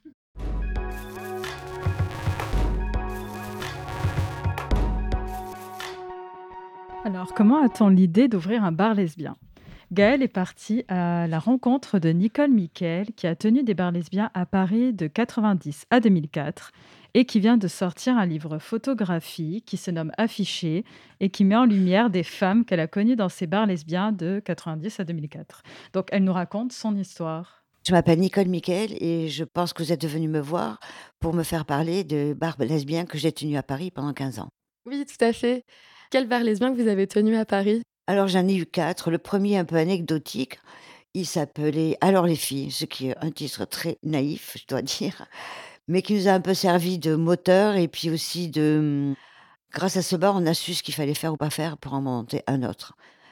Alors, comment a-t-on l'idée d'ouvrir un bar lesbien ? Gaëlle est partie à la rencontre de Nicole Miquel, qui a tenu des bars lesbiens à Paris de 90 à 2004 et qui vient de sortir un livre photographique qui se nomme Affiché et qui met en lumière des femmes qu'elle a connues dans ces bars lesbiens de 90 à 2004. Donc, elle nous raconte son histoire. Je m'appelle Nicole Miquel et je pense que vous êtes venue me voir pour me faire parler de bars lesbiens que j'ai tenus à Paris pendant 15 ans. Oui, tout à fait. Quel bar lesbien que vous avez tenu à Paris ? Alors j'en ai eu 4. Le premier un peu anecdotique, il s'appelait Alors les filles, ce qui est un titre très naïf, je dois dire, mais qui nous a un peu servi de moteur et puis aussi grâce à ce bar, on a su ce qu'il fallait faire ou pas faire pour en monter un autre.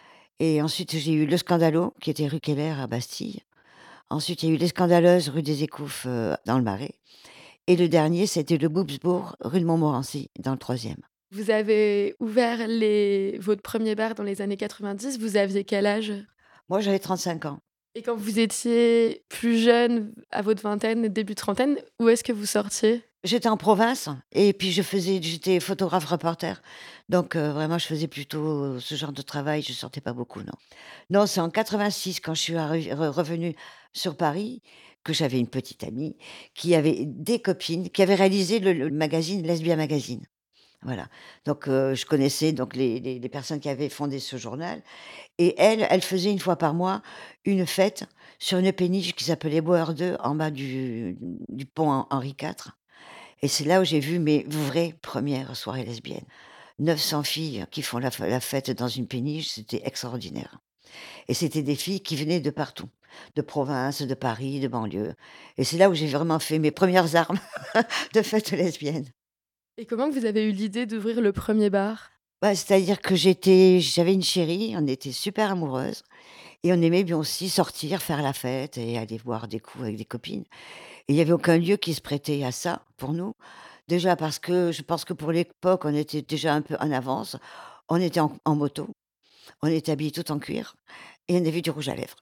Et ensuite, j'ai eu Le Scandalo, qui était rue Keller à Bastille. Ensuite, il y a eu Les Scandaleuses, rue des Écouffes, dans le Marais. Et le dernier, c'était le Boubsbourg, rue de Montmorency, dans le 3e. Vous avez ouvert votre premier bar dans les années 90. Vous aviez quel âge ? Moi, j'avais 35 ans. Et quand vous étiez plus jeune, à votre vingtaine, début trentaine, où est-ce que vous sortiez ? J'étais en province et puis j'étais photographe reporter. Donc vraiment, je faisais plutôt ce genre de travail. Je sortais pas beaucoup, non. Non, c'est en 86 quand je suis revenue sur Paris que j'avais une petite amie qui avait des copines qui avaient réalisé le magazine Lesbia Magazine. Voilà. Donc je connaissais donc les personnes qui avaient fondé ce journal. Et elle faisait une fois par mois une fête sur une péniche qui s'appelait Boer 2 en bas du pont Henri IV. Et c'est là où j'ai vu mes vraies premières soirées lesbiennes. 900 filles qui font la fête dans une péniche, c'était extraordinaire. Et c'était des filles qui venaient de partout, de province, de Paris, de banlieue. Et c'est là où j'ai vraiment fait mes premières armes de fête lesbienne. Et comment vous avez eu l'idée d'ouvrir le premier bar ? Bah, c'est-à-dire que j'avais une chérie, on était super amoureuses. Et on aimait bien aussi sortir, faire la fête et aller boire des coups avec des copines. Et il n'y avait aucun lieu qui se prêtait à ça pour nous. Déjà parce que je pense que pour l'époque, on était déjà un peu en avance. On était en moto, on était habillés tout en cuir et on avait du rouge à lèvres.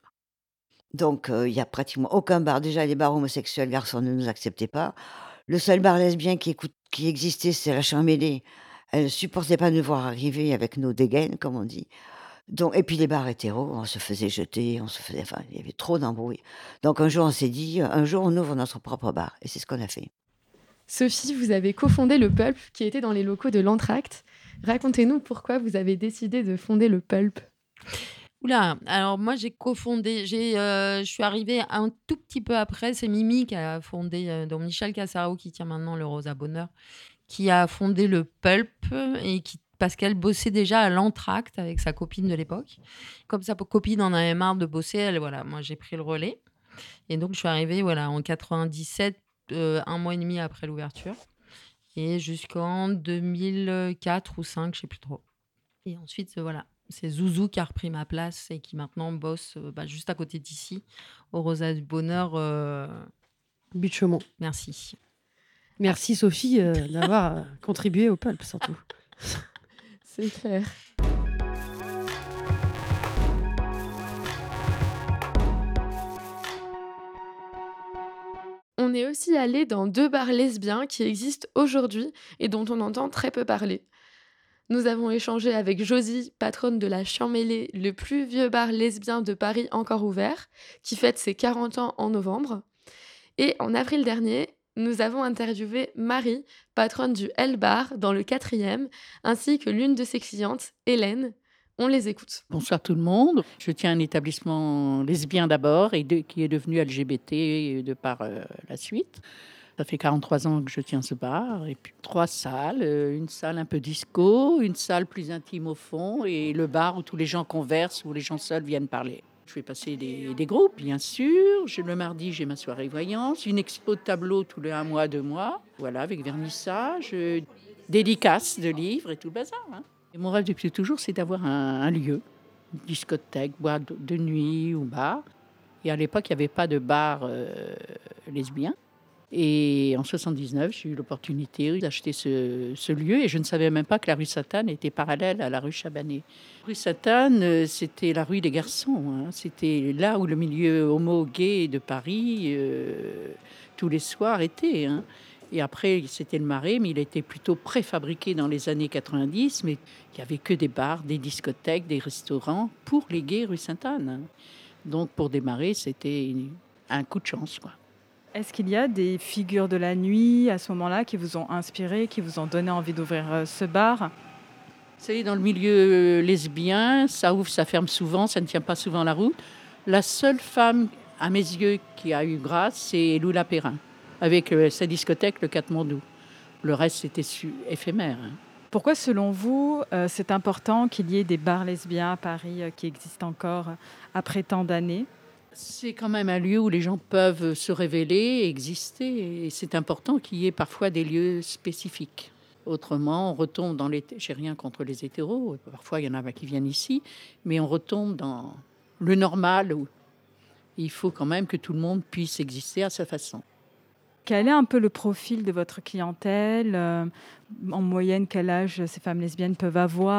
Donc il y a pratiquement aucun bar. Déjà, les bars homosexuels, garçons, ne nous acceptaient pas. Le seul bar lesbien qui existait, c'est la Champ-Mêlée. Elle ne supportait pas de nous voir arriver avec nos dégaines, comme on dit. Donc, et puis les bars hétéros, on se faisait jeter, enfin, il y avait trop d'embrouilles. Donc un jour, on s'est dit, un jour, on ouvre notre propre bar. Et c'est ce qu'on a fait. Sophie, vous avez cofondé le Pulp, qui était dans les locaux de l'Entracte. Racontez-nous pourquoi vous avez décidé de fonder le Pulp. Oula, alors moi j'ai cofondé, je suis arrivée un tout petit peu après, c'est Mimi qui a fondé, donc Michel Cassaro qui tient maintenant le Rosa Bonheur, qui a fondé le Pulp parce qu'elle bossait déjà à l'Entracte avec sa copine de l'époque. Comme sa copine en avait marre de bosser, moi j'ai pris le relais. Et donc je suis arrivée en 97, un mois et demi après l'ouverture, et jusqu'en 2004 ou 2005, je ne sais plus trop. Et ensuite, c'est Zouzou qui a repris ma place et qui maintenant bosse juste à côté d'ici, au Rosa du Bonheur. But de Chaumont. Merci. Merci Sophie d'avoir contribué au Pulp surtout. C'est clair. On est aussi allé dans 2 bars lesbiens qui existent aujourd'hui et dont on entend très peu parler. Nous avons échangé avec Josie, patronne de la Champ-Mêlée, le plus vieux bar lesbien de Paris encore ouvert, qui fête ses 40 ans en novembre. Et en avril dernier, nous avons interviewé Marie, patronne du L Bar dans le 4e, ainsi que l'une de ses clientes, Hélène. On les écoute. Bonsoir tout le monde. Je tiens un établissement lesbien d'abord et qui est devenu LGBT de par la suite. Ça fait 43 ans que je tiens ce bar, et puis 3 salles, une salle un peu disco, une salle plus intime au fond, et le bar où tous les gens conversent, où les gens seuls viennent parler. Je fais passer des groupes, bien sûr. Le mardi, j'ai ma soirée voyance, une expo de tableaux tous les 1 mois, 2 mois, voilà, avec vernissage, dédicaces de livres et tout le bazar. Hein. Et mon rêve depuis toujours, c'est d'avoir un lieu, une discothèque, boîte de nuit ou bar. Et à l'époque, il n'y avait pas de bar lesbien. Et en 79, j'ai eu l'opportunité d'acheter ce lieu et je ne savais même pas que la rue Sainte-Anne était parallèle à la rue Chabanais. La rue Sainte-Anne, c'était la rue des garçons. C'était là où le milieu homo-gay de Paris, tous les soirs, était. Et après, c'était le Marais, mais il était plutôt préfabriqué dans les années 90. Mais il n'y avait que des bars, des discothèques, des restaurants pour les gays rue Sainte-Anne. Donc pour démarrer, c'était un coup de chance, quoi. Est-ce qu'il y a des figures de la nuit à ce moment-là qui vous ont inspiré, qui vous ont donné envie d'ouvrir ce bar ? Vous savez, dans le milieu lesbien, ça ouvre, ça ferme souvent, ça ne tient pas souvent la route. La seule femme, à mes yeux, qui a eu grâce, c'est Loula Perrin, avec sa discothèque, le Katmandou. Le reste, c'était éphémère. Pourquoi, selon vous, c'est important qu'il y ait des bars lesbiens à Paris qui existent encore après tant d'années ? C'est quand même un lieu où les gens peuvent se révéler, exister. Et c'est important qu'il y ait parfois des lieux spécifiques. Autrement, on retombe dans les... J'ai rien contre les hétéros. Parfois, il y en a qui viennent ici. Mais on retombe dans le normal où il faut quand même que tout le monde puisse exister à sa façon. Quel est un peu le profil de votre clientèle ? En moyenne, quel âge ces femmes lesbiennes peuvent avoir ?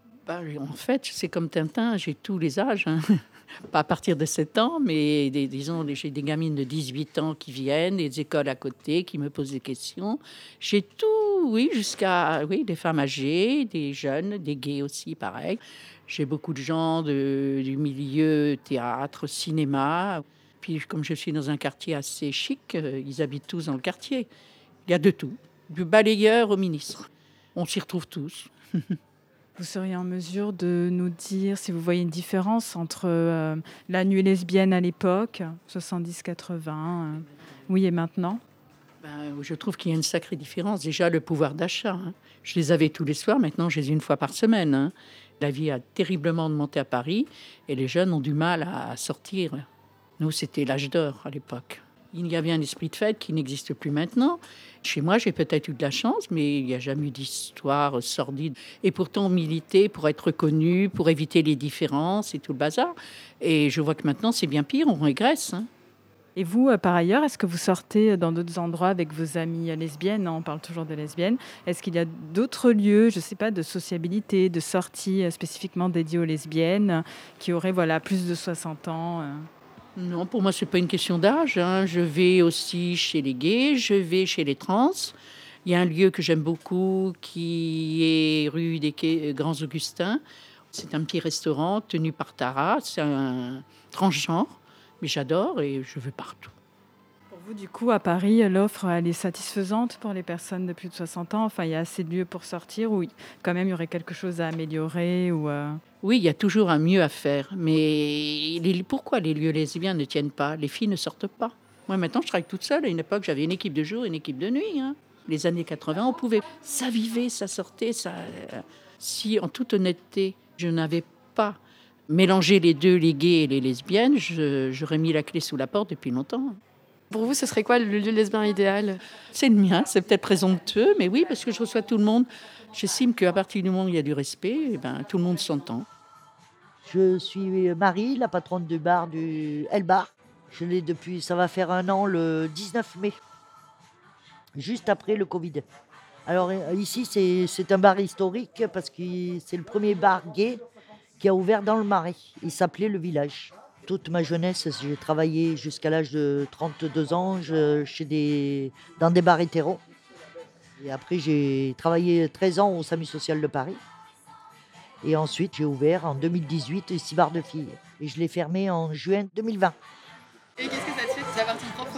En fait, c'est comme Tintin, j'ai tous les âges. Pas à partir de 7 ans, mais disons, j'ai des gamines de 18 ans qui viennent, des écoles à côté qui me posent des questions. J'ai tout, oui, jusqu'à des femmes âgées, des jeunes, des gays aussi, pareil. J'ai beaucoup de gens du milieu théâtre, cinéma. Puis, comme je suis dans un quartier assez chic, ils habitent tous dans le quartier. Il y a de tout, du balayeur au ministre. On s'y retrouve tous. Vous seriez en mesure de nous dire si vous voyez une différence entre la nuit lesbienne à l'époque, 70-80, oui, et maintenant ? Je trouve qu'il y a une sacrée différence. Déjà, le pouvoir d'achat. Je les avais tous les soirs, maintenant je les ai une fois par semaine. La vie a terriblement augmenté à Paris et les jeunes ont du mal à sortir. Nous, c'était l'âge d'or à l'époque. Il y avait un esprit de fête qui n'existe plus maintenant. Chez moi, j'ai peut-être eu de la chance, mais il n'y a jamais eu d'histoire sordide. Et pourtant, on militait pour être reconnu, pour éviter les différences et tout le bazar. Et je vois que maintenant, c'est bien pire, on régresse. Et vous, par ailleurs, est-ce que vous sortez dans d'autres endroits avec vos amies lesbiennes ? On parle toujours de lesbiennes. Est-ce qu'il y a d'autres lieux, je ne sais pas, de sociabilité, de sortie spécifiquement dédiés aux lesbiennes, qui auraient plus de 60 ans Non, pour moi, ce n'est pas une question d'âge. Je vais aussi chez les gays, je vais chez les trans. Il y a un lieu que j'aime beaucoup qui est rue des Quais, Grands Augustins. C'est un petit restaurant tenu par Tara. C'est un transgenre, mais j'adore et je vais partout. Pour vous, du coup, à Paris, l'offre, elle est satisfaisante pour les personnes de plus de 60 ans ? Enfin, il y a assez de lieux pour sortir ou quand même il y aurait quelque chose à améliorer ou Oui, il y a toujours un mieux à faire. Mais pourquoi les lieux lesbiens ne tiennent pas ? Les filles ne sortent pas. Moi, maintenant, je travaille toute seule. À une époque, j'avais une équipe de jour et une équipe de nuit. Les années 80, on pouvait... Ça vivait, ça sortait. Si, en toute honnêteté, je n'avais pas mélangé les deux, les gays et les lesbiennes, j'aurais mis la clé sous la porte depuis longtemps. Pour vous, ce serait quoi le lieu lesbien idéal ? C'est le mien, c'est peut-être présomptueux, mais oui, parce que je reçois tout le monde. J'estime qu'à partir du moment où il y a du respect, tout le monde s'entend. Je suis Marie, la patronne du bar du El Bar. Je l'ai depuis, ça va faire 1 an, le 19 mai, juste après le Covid. Alors ici, c'est un bar historique parce que c'est le premier bar gay qui a ouvert dans le Marais. Il s'appelait Le Village. Toute ma jeunesse, j'ai travaillé jusqu'à l'âge de 32 ans dans des bars hétéros. Et après, j'ai travaillé 13 ans au SAMU social de Paris. Et ensuite, j'ai ouvert en 2018 ici bar de filles. Et je l'ai fermé en juin 2020. Et qu'est-ce que ça te fait d'avoir ton propre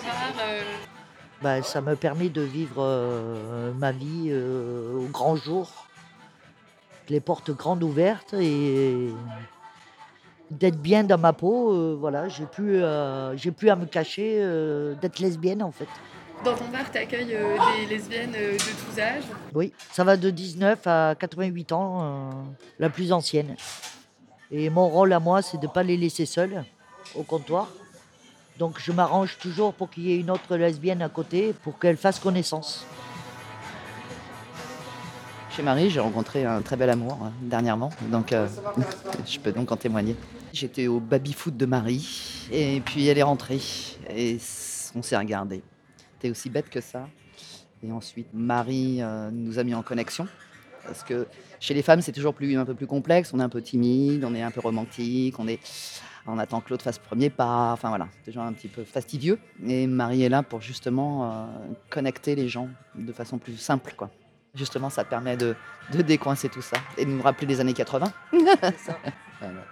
bar Ça me permet de vivre ma vie au grand jour. Les portes grandes ouvertes et d'être bien dans ma peau. J'ai plus à me cacher d'être lesbienne en fait. Dans ton bar, tu accueilles des lesbiennes de tous âges ? Oui, ça va de 19 à 88 ans, la plus ancienne. Et mon rôle à moi, c'est de ne pas les laisser seules au comptoir. Donc je m'arrange toujours pour qu'il y ait une autre lesbienne à côté pour qu'elle fasse connaissance. Chez Marie, j'ai rencontré un très bel amour dernièrement, donc je peux donc en témoigner. J'étais au baby-foot de Marie, et puis elle est rentrée, et on s'est regardé. C'était aussi bête que ça. Et ensuite, Marie nous a mis en connexion, parce que chez les femmes, c'est toujours un peu plus complexe. On est un peu timide, on est un peu romantique, on attend que l'autre fasse le premier pas. Enfin voilà, c'est toujours un petit peu fastidieux. Et Marie est là pour justement connecter les gens de façon plus simple, quoi. Justement, ça permet de décoincer tout ça et de nous rappeler les années 80. C'est ça. Voilà.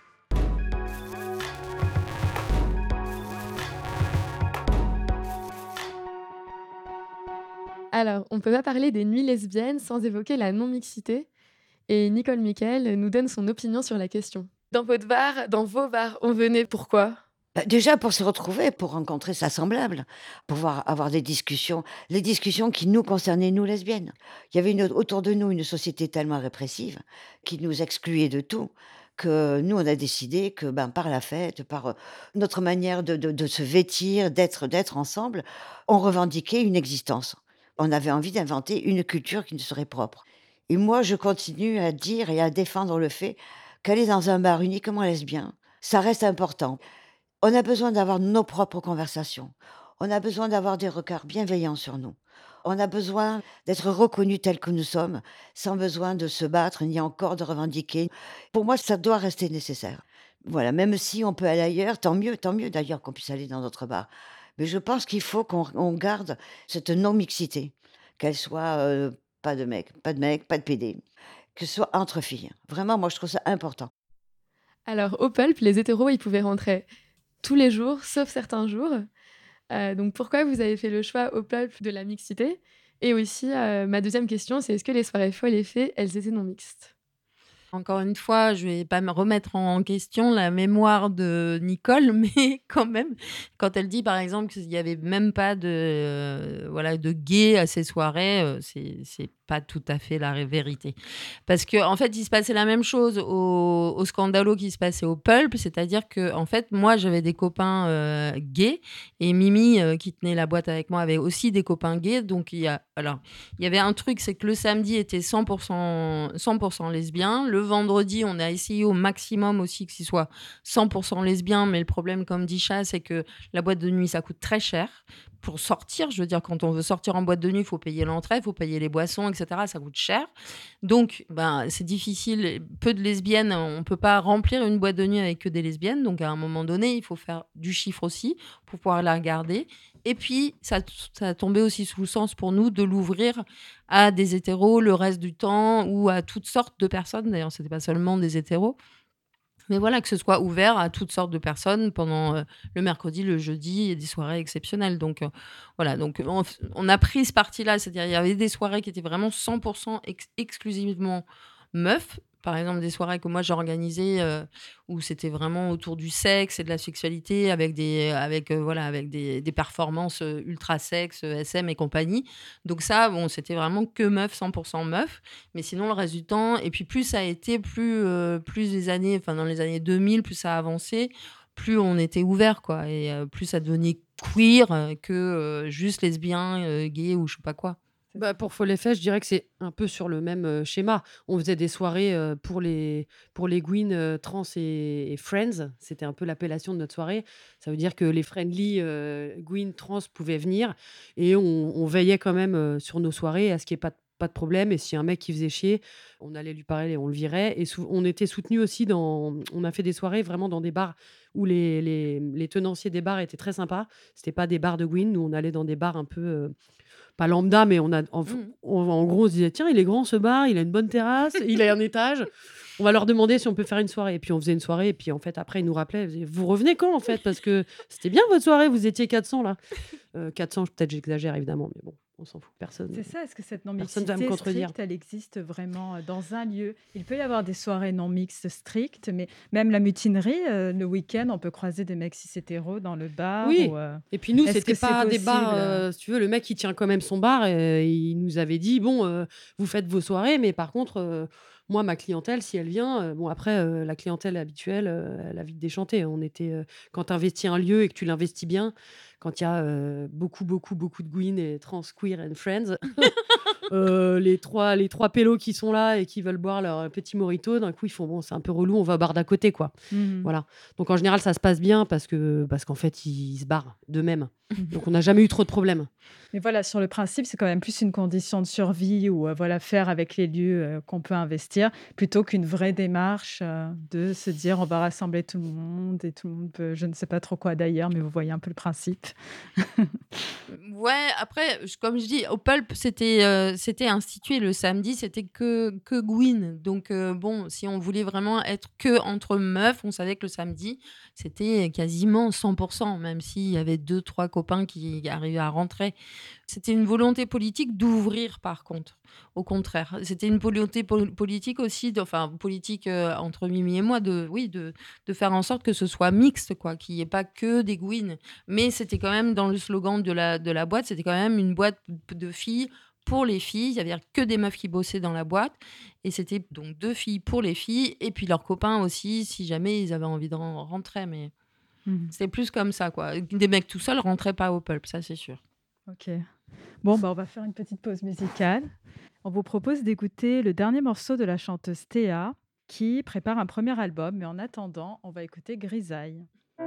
Alors, on ne peut pas parler des nuits lesbiennes sans évoquer la non-mixité. Et Nicole Miquel nous donne son opinion sur la question. Dans vos bars, on venait pourquoi ? Déjà pour se retrouver, pour rencontrer sa semblable, pouvoir avoir des discussions, les discussions qui nous concernaient, nous lesbiennes. Il y avait autour de nous une société tellement répressive qui nous excluait de tout, que nous on a décidé que par la fête, par notre manière de se vêtir, d'être ensemble, on revendiquait une existence. On avait envie d'inventer une culture qui nous serait propre. Et moi je continue à dire et à défendre le fait qu'aller dans un bar uniquement lesbien, ça reste important. On a besoin d'avoir nos propres conversations. On a besoin d'avoir des regards bienveillants sur nous. On a besoin d'être reconnus tels que nous sommes, sans besoin de se battre ni encore de revendiquer. Pour moi, ça doit rester nécessaire. Voilà, même si on peut aller ailleurs, tant mieux d'ailleurs qu'on puisse aller dans d'autres bars. Mais je pense qu'il faut qu'on garde cette non-mixité, qu'elle soit pas de mecs, pas de PD, que ce soit entre filles. Vraiment, moi, je trouve ça important. Alors, au Pulp, les hétéros, ils pouvaient rentrer tous les jours, sauf certains jours. Donc, pourquoi vous avez fait le choix au Pulp de la mixité ? Et aussi, ma deuxième question, c'est est-ce que les soirées folles et fées, elles étaient non mixtes ? Encore une fois, je vais pas me remettre en question la mémoire de Nicole, mais quand même, quand elle dit par exemple qu'il y avait même pas de gays à ces soirées, c'est pas tout à fait la vérité. Parce que en fait, il se passait la même chose au Scandalo qui se passait au Pulp, c'est-à-dire que en fait, moi j'avais des copains gays et Mimi qui tenait la boîte avec moi avait aussi des copains gays, donc il y avait un truc, c'est que le samedi était 100% lesbien. Le vendredi, on a essayé au maximum aussi que ce soit 100% lesbien, mais le problème, comme dit Chat, c'est que la boîte de nuit, ça coûte très cher. Pour sortir, je veux dire, quand on veut sortir en boîte de nuit, il faut payer l'entrée, il faut payer les boissons, etc. Ça coûte cher. Donc, c'est difficile. Peu de lesbiennes, on ne peut pas remplir une boîte de nuit avec que des lesbiennes. Donc, à un moment donné, il faut faire du chiffre aussi pour pouvoir la regarder. Et puis, ça a tombé aussi sous le sens pour nous de l'ouvrir à des hétéros le reste du temps ou à toutes sortes de personnes. D'ailleurs, ce n'était pas seulement des hétéros. Mais voilà, que ce soit ouvert à toutes sortes de personnes pendant le mercredi, le jeudi et des soirées exceptionnelles. Donc, voilà. Donc, on a pris ce parti-là. C'est-à-dire, il y avait des soirées qui étaient vraiment 100% exclusivement meufs. Par exemple, des soirées que moi j'ai organisées où c'était vraiment autour du sexe et de la sexualité avec des performances ultra sexe, SM et compagnie. Donc ça, bon, c'était vraiment que meufs, 100% meufs. Mais sinon, le reste du temps, et puis plus ça a été, plus les années, enfin dans les années 2000, plus ça a avancé, plus on était ouvert, quoi. Et plus ça devenait queer que juste lesbien, gay ou je sais pas quoi. Pour Fol et Fest, je dirais que c'est un peu sur le même schéma. On faisait des soirées pour les Gwyn trans et Friends. C'était un peu l'appellation de notre soirée. Ça veut dire que les friendly Gwyn trans pouvaient venir et on veillait quand même sur nos soirées à ce qu'il n'y ait pas de problème. Et si un mec qui faisait chier, on allait lui parler et on le virait. Et on était soutenus aussi on a fait des soirées vraiment dans des bars où les tenanciers des bars étaient très sympas. C'était pas des bars de Gwyn. Nous, on allait dans des bars un peu pas lambda, mais en gros, on se disait tiens, il est grand ce bar, il a une bonne terrasse, il a un étage. On va leur demander si on peut faire une soirée. Et puis on faisait une soirée. Et puis en fait, après, ils nous rappelaient vous revenez quand en fait ? Parce que c'était bien votre soirée, vous étiez 400 là. 400, peut-être j'exagère évidemment, mais bon, on s'en fout. Personne. C'est ça, est-ce que cette personne va me non-mixité contredire. stricte, elle existe vraiment dans un lieu ? Il peut y avoir des soirées non-mixtes strictes, mais même la mutinerie, le week-end, on peut croiser des mecs cis-hétéros dans le bar. Oui, et puis nous, est-ce c'était que c'est pas des possible bars, si tu veux, le mec, il tient quand même son bar, et il nous avait dit, bon, vous faites vos soirées, mais par contre, moi, ma clientèle, si elle vient, bon, après, la clientèle habituelle, elle a vite déchanté. Quand tu investis un lieu et que tu l'investis bien, quand il y a beaucoup de Gwyn et trans, queer and friends, les trois pélos qui sont là et qui veulent boire leur petit mojito, d'un coup, ils font bon, c'est un peu relou, on va boire d'à côté, quoi. Voilà. Donc en général, ça se passe bien parce qu'en fait, ils se barrent d'eux-mêmes. Donc on n'a jamais eu trop de problèmes. Mais voilà, sur le principe, c'est quand même plus une condition de survie ou voilà, faire avec les lieux qu'on peut investir, plutôt qu'une vraie démarche de se dire on va rassembler tout le monde et tout le monde peut, je ne sais pas trop quoi d'ailleurs, mais vous voyez un peu le principe. Ouais, après, comme je dis, au Pulp, c'était institué le samedi, c'était que Gwyn. Donc, bon, si on voulait vraiment être que entre meufs, on savait que le samedi, c'était quasiment 100%, même s'il y avait 2, 3 copains qui arrivaient à rentrer. C'était une volonté politique d'ouvrir, par contre. Au contraire, c'était une volonté politique aussi, enfin politique entre Mimi et moi, de faire en sorte que ce soit mixte, quoi, qu'il n'y ait pas que des Gwyn. Mais c'était quand même dans le slogan de la boîte, c'était quand même une boîte de filles pour les filles. Il y avait que des meufs qui bossaient dans la boîte, et c'était donc 2 filles pour les filles, et puis leurs copains aussi, si jamais ils avaient envie de rentrer. Mais c'est plus comme ça, quoi. Des mecs tout seuls rentraient pas au Pulp, ça c'est sûr. Ok. Bon, on va faire une petite pause musicale. On vous propose d'écouter le dernier morceau de la chanteuse Théa, qui prépare un premier album. Mais en attendant, on va écouter Grisaille.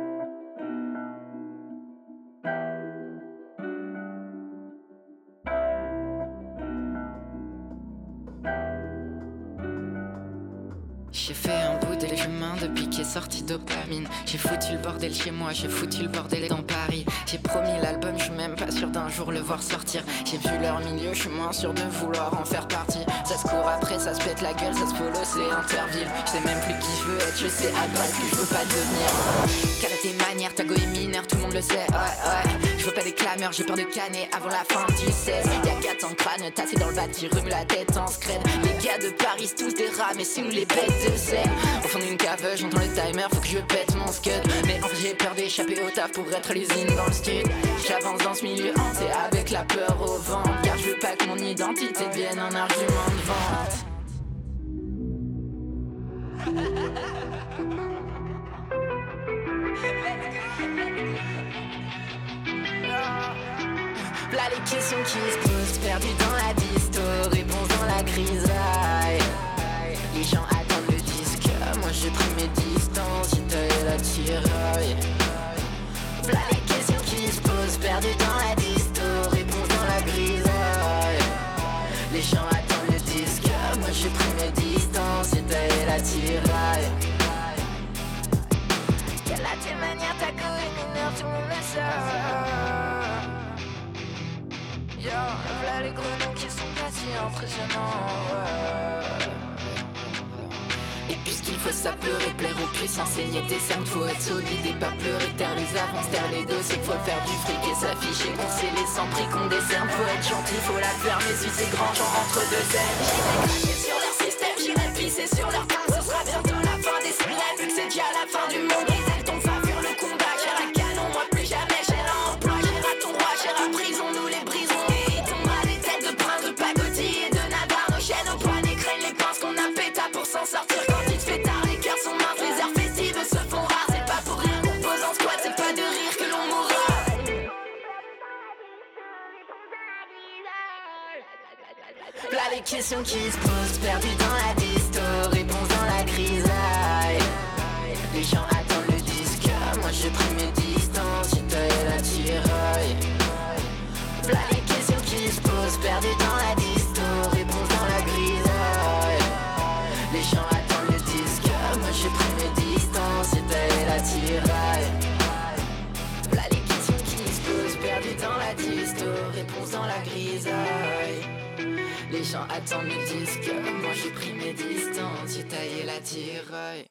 J'ai fait un bout de chemin depuis qu'est sorti dopamine. J'ai foutu le bordel chez moi, j'ai foutu le bordel dans Paris. J'ai promis l'album, je suis même pas sûr d'un jour le voir sortir. J'ai vu leur milieu, je suis moins sûr de vouloir en faire partie. Ça se court après, ça se pète la gueule, ça se polo, c'est Interville. Je sais même plus qui je veux être, je sais à base que je veux pas devenir. Quelle est tes manières, ta go est mineur, tout le monde le sait, ouais. Je veux pas des clameurs, j'ai peur de canner avant la fin du 16. Y'a 400 crânes tassés dans le bâti, remue la tête en scred. Les gars de Paris, tous des rats, mais c'est nous les bêtes de scène. Au fond d'une cave, j'entends le timer, faut que je pète mon scud. Mais en fait j'ai peur d'échapper au taf pour être l'usine dans le stud. J'avance dans ce milieu hanté avec la peur au ventre, car je veux pas que mon identité devienne un argument de vente. Là les questions qui se posent, perdues dans la disto, réponse dans la grisaille. Les gens attendent le disque, moi j'ai pris mes distances, j'ai taillé la tiraille. Là les questions qui se posent, perdues dans la disto, réponse dans la grisaille. Les gens attendent le disque, moi j'ai pris mes distances, j'ai taillé la tiraille. Quelle a tes manières, ta go est mineure, tout le monde le sait. Yo, voilà les gros noms qui sont pas si impressionnants, ouais. Et puisqu'il faut ça pleurer, plaire aux puissants, enseigner tes cernes, faut être solide et pas pleurer, taire les avances, taire les dossiers, faut faire du fric et s'afficher, qu'on sait les sans prix qu'on décerne, faut être gentil, faut la faire, mais si c'est grand, j'en rentre deux ailes. J'irai craquer sur leur système, j'irai pisser sur leur pain, ce sera bientôt la fin des semaines, vu que c'est déjà la fin du monde, les ailes tombent faveur le combat, j'ai la canon, moi plus jamais, j'ai l'emploi, j'ai à ton roi, j'ai la prison, nous les brisons. Sortir quand il te fait tard, les cœurs sont minces, les heures festives se font rares. C'est pas pour rien qu'on pose en squat, c'est pas de rire que l'on mourra. Là les questions qui se posent, perdues dans la disto, réponse dans la grisaille. Les gens attendent le disque, moi j'ai pris mes distances, j'ai taillé la tiraille. Là les questions qui se posent, perdues dans la disto, réponse dans la grisaille. Les gens attendent le disque, moi j'ai pris mes distances, j'ai taillé la tiraille. Là les questions qui se posent, perdues dans la disto, réponse dans la grisaille. Les gens attendent le disque, moi j'ai pris mes distances, j'ai taillé la tiraille.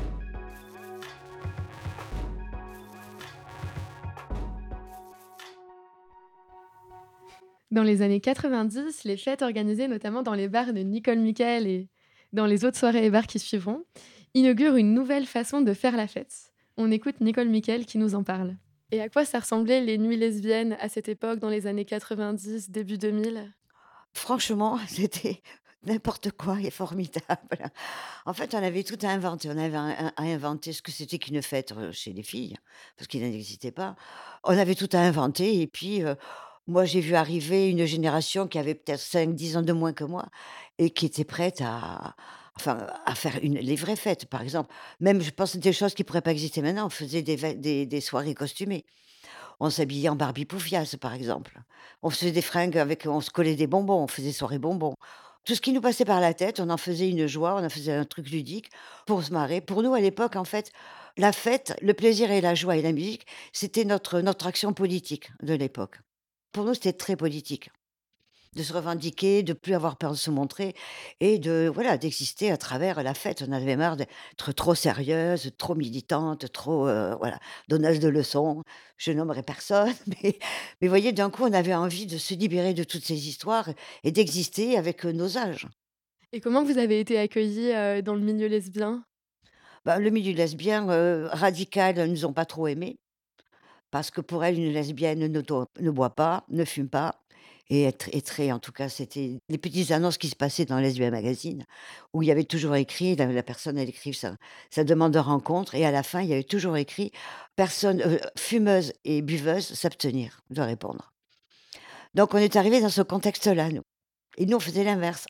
Dans les années 90, les fêtes organisées notamment dans les bars de Nicole Michael et dans les autres soirées et bars qui suivront, inaugurent une nouvelle façon de faire la fête. On écoute Nicole Michael qui nous en parle. Et à quoi ça ressemblait les nuits lesbiennes à cette époque, dans les années 90, début 2000 ? Franchement, c'était n'importe quoi et formidable. En fait, on avait tout à inventer. On avait à inventer ce que c'était qu'une fête chez les filles, parce qu'il n'existait pas. On avait tout à inventer et puis Moi, j'ai vu arriver une génération qui avait peut-être 5, 10 ans de moins que moi et qui était prête à faire les vraies fêtes, par exemple. Même, je pense, des choses qui pourraient pas exister maintenant. On faisait des soirées costumées. On s'habillait en Barbie Poufias, par exemple. On faisait des fringues on se collait des bonbons, on faisait soirées bonbons. Tout ce qui nous passait par la tête, on en faisait une joie, on en faisait un truc ludique pour se marrer. Pour nous, à l'époque, en fait, la fête, le plaisir et la joie et la musique, c'était notre action politique de l'époque. Pour nous, c'était très politique. De se revendiquer, de plus avoir peur de se montrer et voilà, d'exister à travers la fête. On avait marre d'être trop sérieuse, trop militante, trop, voilà, donneuse de leçons. Je nommerai personne, mais vous voyez, d'un coup, on avait envie de se libérer de toutes ces histoires et d'exister avec, nos âges. Et comment vous avez été accueillis, dans le milieu lesbien? Bah, le milieu lesbien, radical, ne nous ont pas trop aimés. Parce que pour elle, une lesbienne ne boit pas, ne fume pas et est très en tout cas, c'était les petites annonces qui se passaient dans Lesbian Magazine où il y avait toujours écrit, la personne elle écrive sa demande de rencontre et à la fin, il y avait toujours écrit: «Personne, fumeuse et buveuse s'abstenir de répondre». Donc on est arrivé dans ce contexte-là, nous et nous, on faisait l'inverse.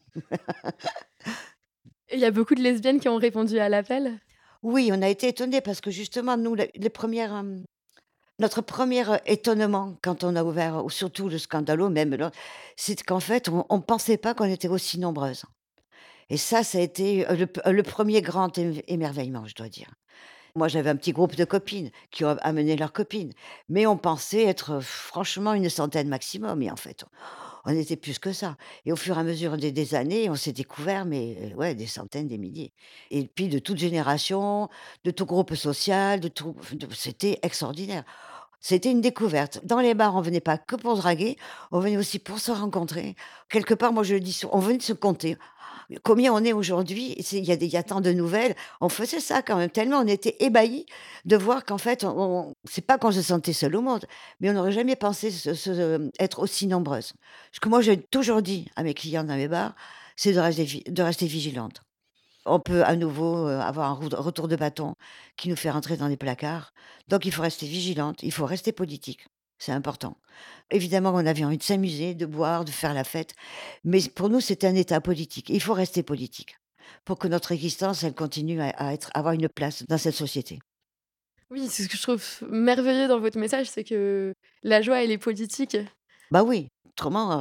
Et il y a beaucoup de lesbiennes qui ont répondu à l'appel? Oui, on a été étonnés parce que justement, nous, les premières, notre premier étonnement quand on a ouvert ou surtout le scandalo même là, c'est qu'en fait on pensait pas qu'on était aussi nombreuses et ça a été, le 1er grand émerveillement, je dois dire. Moi, j'avais un petit groupe de copines qui ont amené leurs copines, mais on pensait être, franchement une centaine maximum et en fait, on était plus que ça et au fur et à mesure des années, on s'est découvert mais ouais, des centaines, des milliers et puis de toute génération, de tout groupe social, c'était extraordinaire. C'était une découverte. Dans les bars, on venait pas que pour se draguer, on venait aussi pour se rencontrer. Quelque part, moi, je le dis on venait de se compter. Combien on est aujourd'hui? Il y a tant de nouvelles. On faisait ça quand même, tellement on était ébahis de voir qu'en fait, c'est pas qu'on se sentait seul au monde, mais on n'aurait jamais pensé être aussi nombreuses. Ce que moi, j'ai toujours dit à mes clients dans mes bars, c'est de rester vigilante. On peut à nouveau, avoir un retour de bâton qui nous fait rentrer dans les placards. Donc il faut rester vigilante, il faut rester politique, c'est important. Évidemment, on avait envie de s'amuser, de boire, de faire la fête, mais pour nous, c'était un état politique. Il faut rester politique pour que notre existence, elle continue avoir une place dans cette société. Oui, c'est ce que je trouve merveilleux dans votre message, c'est que la joie, elle est politique. Bah oui, autrement,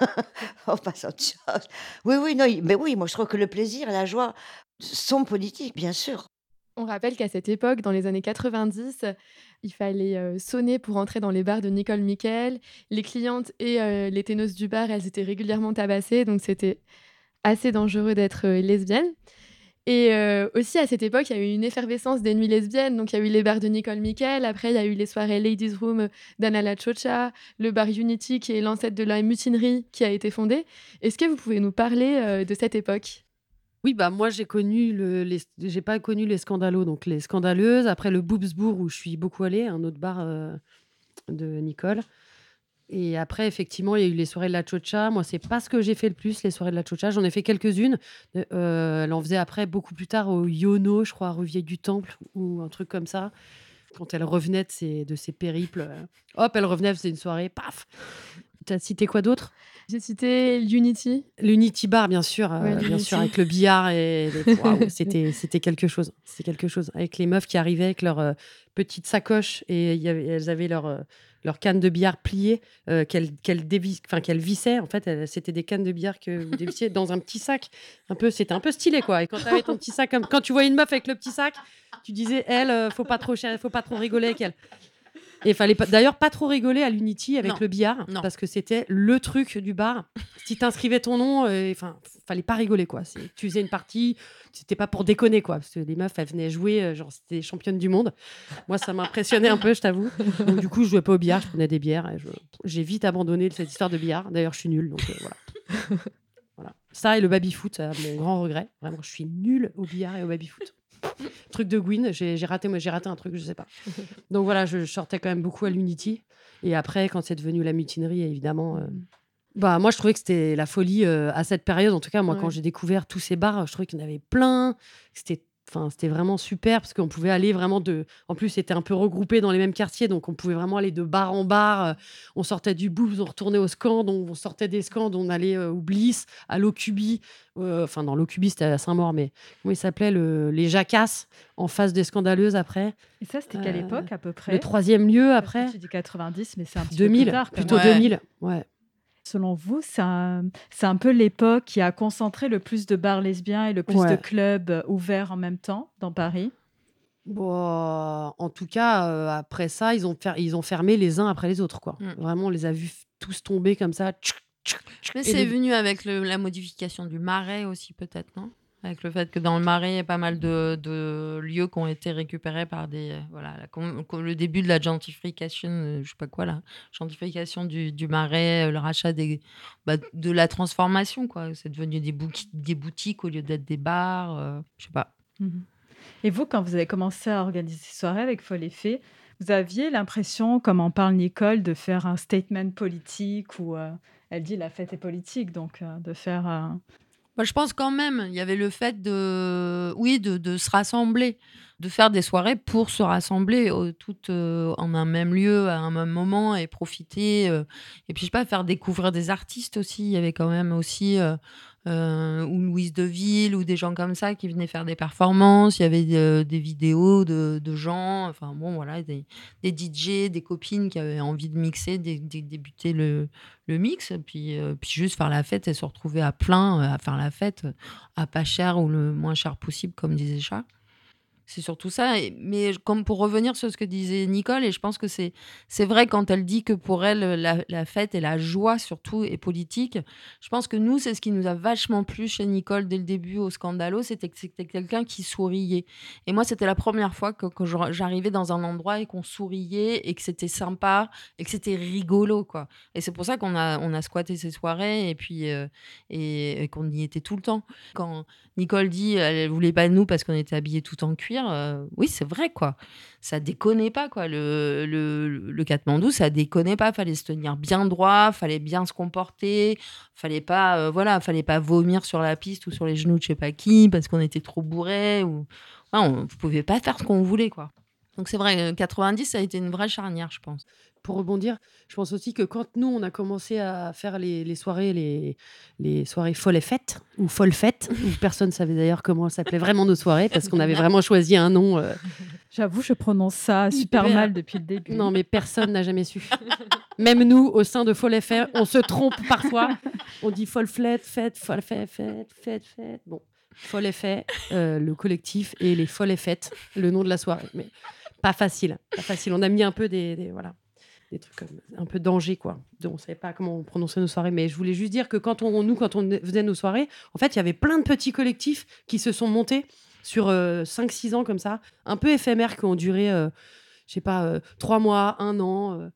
on passe à autre chose. Oui, oui, non, mais oui, moi je trouve que le plaisir et la joie sont politiques, bien sûr. On rappelle qu'à cette époque, dans les années 90, il fallait, sonner pour entrer dans les bars de Nicole Michael. Les clientes et les ténoses du bar, elles étaient régulièrement tabassées, donc c'était assez dangereux d'être, lesbienne. Et aussi à cette époque, il y a eu une effervescence des nuits lesbiennes, donc il y a eu les bars de Nicole Michael, après il y a eu les soirées Ladies Room d'Anna La Chocha, le bar Unity qui est l'ancêtre de la mutinerie qui a été fondée. Est-ce que vous pouvez nous parler, de cette époque? Oui, bah, moi, j'ai pas connu les Scandalos, donc les Scandaleuses. Après, le Boobsbourg, où je suis beaucoup allée, un autre bar de Nicole. Et après, effectivement, il y a eu les soirées de la Chocha. Moi, c'est pas ce que j'ai fait le plus, les soirées de la Chocha. J'en ai fait quelques-unes. Elle en faisait après, beaucoup plus tard, au Yono, je crois, à Rue du Temple, ou un truc comme ça. Quand elle revenait de ses périples, hop, elle revenait, elle faisait une soirée, paf. Tu as cité quoi d'autre? J'ai cité l'Unity. L'Unity Bar, bien sûr, Ouais, bien l'Unity. sûr, avec le billard et waouh, c'était quelque chose. C'était quelque chose. Avec les meufs qui arrivaient avec leurs petites sacoches et elles avaient leur canne de billard pliée qu'elles vissaient. En fait, c'était des cannes de billard que vous dévissiez dans un petit sac. C'était un peu stylé, quoi. Et quand tu avais ton petit sac, quand tu voyais une meuf avec le petit sac, tu disais, elle, faut pas trop rigoler avec elle. Et il fallait d'ailleurs pas trop rigoler à l'Unity avec Non. le billard, Non. parce que c'était le truc du bar. Si t'inscrivais ton nom, fallait pas rigoler, quoi. Tu faisais une partie, c'était pas pour déconner, quoi. Parce que les meufs, elles venaient jouer, genre c'était des championnes du monde. Moi, ça m'impressionnait un peu, je t'avoue. Donc du coup, je jouais pas au billard, je prenais des bières. Et j'ai vite abandonné cette histoire de billard. D'ailleurs, je suis nulle, donc voilà. Voilà. Ça et le baby-foot, mon grand regret. Vraiment, je suis nulle au billard et au baby-foot. Truc de Gwyn, j'ai raté un truc, je sais pas. Donc voilà, je sortais quand même beaucoup à l'Unity. Et après, quand c'est devenu la mutinerie, évidemment, bah moi je trouvais que c'était la folie à cette période. En tout cas, moi, Ouais. quand j'ai découvert tous ces bars, je trouvais qu'il y en avait plein. C'était Enfin, c'était vraiment super parce qu'on pouvait aller vraiment en plus, c'était un peu regroupé dans les mêmes quartiers, donc on pouvait vraiment aller de bar en bar. On sortait du Boubs, on retournait au Scand, on sortait des Scands, on allait au Bliss, à l'Ocubi. Enfin, dans l'Ocubi, c'était à Saint-Maur, mais comment il s'appelait les Jacasses, en face des Scandaleuses après. Et ça, c'était quelle époque à peu près? Le 3e lieu Parce que après. tu dis 90, mais c'est un petit 2000, peu plus tard. plutôt 2000, ouais. Selon vous, c'est un peu l'époque qui a concentré le plus de bars lesbiens et le plus de clubs ouverts en même temps dans Paris? Bon, en tout cas, après ça, ils ont fermé les uns après les autres, quoi. Vraiment, on les a vus tous tomber comme ça. Mais c'est venu avec la modification du Marais aussi, peut-être, non? Avec le fait que dans le Marais, il y a pas mal de lieux qui ont été récupérés par des... voilà, le début de la gentrification, je sais pas quoi, la gentrification du Marais, le rachat de la transformation, quoi. C'est devenu des boutiques au lieu d'être des bars, je sais pas. Mhm. Et vous, quand vous avez commencé à organiser ces soirées avec Folle et Fée, vous aviez l'impression, comme en parle Nicole, de faire un statement politique ou elle dit la fête est politique, donc de faire... Moi, je pense quand même, il y avait le fait de se rassembler, de faire des soirées pour se rassembler toutes en un même lieu, à un même moment et profiter. Et puis, je sais pas, faire découvrir des artistes aussi. Il y avait quand même aussi ou Louise Deville ou des gens comme ça qui venaient faire des performances. Il y avait des vidéos de gens, enfin bon, voilà, des DJ, des copines qui avaient envie de mixer, débuter le mix, puis juste faire la fête et se retrouver à plein à faire la fête à pas cher ou le moins cher possible, comme disait Chat. C'est surtout ça. Mais comme pour revenir sur ce que disait Nicole, et je pense que c'est vrai quand elle dit que pour elle, la fête et la joie surtout est politique. Je pense que nous, c'est ce qui nous a vachement plu chez Nicole dès le début au Scandalo, c'était que c'était quelqu'un qui souriait. Et moi, c'était la première fois que j'arrivais dans un endroit et qu'on souriait et que c'était sympa et que c'était rigolo, quoi. Et c'est pour ça qu'on a squatté ces soirées et puis et qu'on y était tout le temps. Quand Nicole dit elle voulait pas de nous parce qu'on était habillés tout en cuir, oui, c'est vrai, quoi. Ça déconnait pas, quoi. Le Katmandou, ça déconnait pas. Fallait se tenir bien droit, fallait bien se comporter, fallait pas vomir sur la piste ou sur les genoux de je sais pas qui parce qu'on était trop bourrés ou on pouvait pas faire ce qu'on voulait, quoi. Donc c'est vrai, 90, ça a été une vraie charnière, je pense. Pour rebondir, je pense aussi que quand nous, on a commencé à faire les soirées, les soirées folles et fêtes, ou folles fêtes, où personne ne savait d'ailleurs comment s'appelaient vraiment nos soirées, parce qu'on avait vraiment choisi un nom. J'avoue, je prononce ça super mal depuis le début. Non, mais personne n'a jamais su. Même nous, au sein de Folle et Fête, on se trompe parfois. On dit folle fête, folle fête. Bon, Folle et Fête, le collectif, et les folles et fêtes, le nom de la soirée. Mais pas facile. On a mis un peu des trucs comme un peu danger, quoi. On ne savait pas comment on prononçait nos soirées, mais je voulais juste dire que quand on faisait nos soirées, en fait, il y avait plein de petits collectifs qui se sont montés sur 5-6 ans comme ça, un peu éphémères, qui ont duré, je sais pas, 3 mois, 1 an,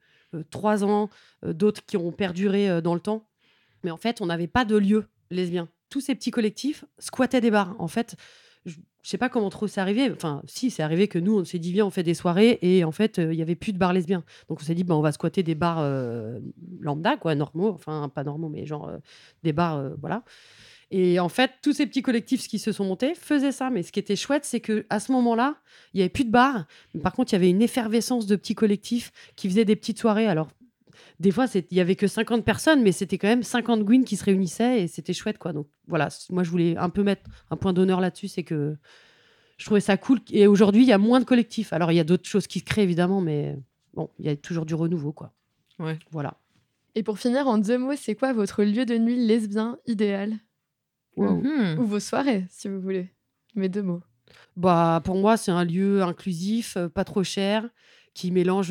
3 ans, d'autres qui ont perduré dans le temps. Mais en fait, on n'avait pas de lieu lesbien. Tous ces petits collectifs squattaient des bars. En fait, je sais pas comment trop c'est arrivé. Enfin, si, c'est arrivé que nous, on s'est dit, viens, on fait des soirées. Et en fait, il y avait plus de bars lesbiens. Donc, on s'est dit, on va squatter des bars lambda, quoi, normaux. Enfin, pas normaux, mais genre des bars, voilà. Et en fait, tous ces petits collectifs qui se sont montés faisaient ça. Mais ce qui était chouette, c'est qu'à ce moment-là, il n'y avait plus de bars. Mais par contre, il y avait une effervescence de petits collectifs qui faisaient des petites soirées. Alors, des fois, il n'y avait que 50 personnes, mais c'était quand même 50 gouines qui se réunissaient et c'était chouette, quoi. Donc voilà, moi, je voulais un peu mettre un point d'honneur là-dessus, c'est que je trouvais ça cool. Et aujourd'hui, il y a moins de collectifs. Alors, il y a d'autres choses qui se créent, évidemment, mais bon, il y a toujours du renouveau, quoi. Ouais. Voilà. Et pour finir, en 2 mots, c'est quoi votre lieu de nuit lesbien idéal? Wow. Ou vos soirées, si vous voulez. Mais 2 mots. Bah, pour moi, c'est un lieu inclusif, pas trop cher, qui mélange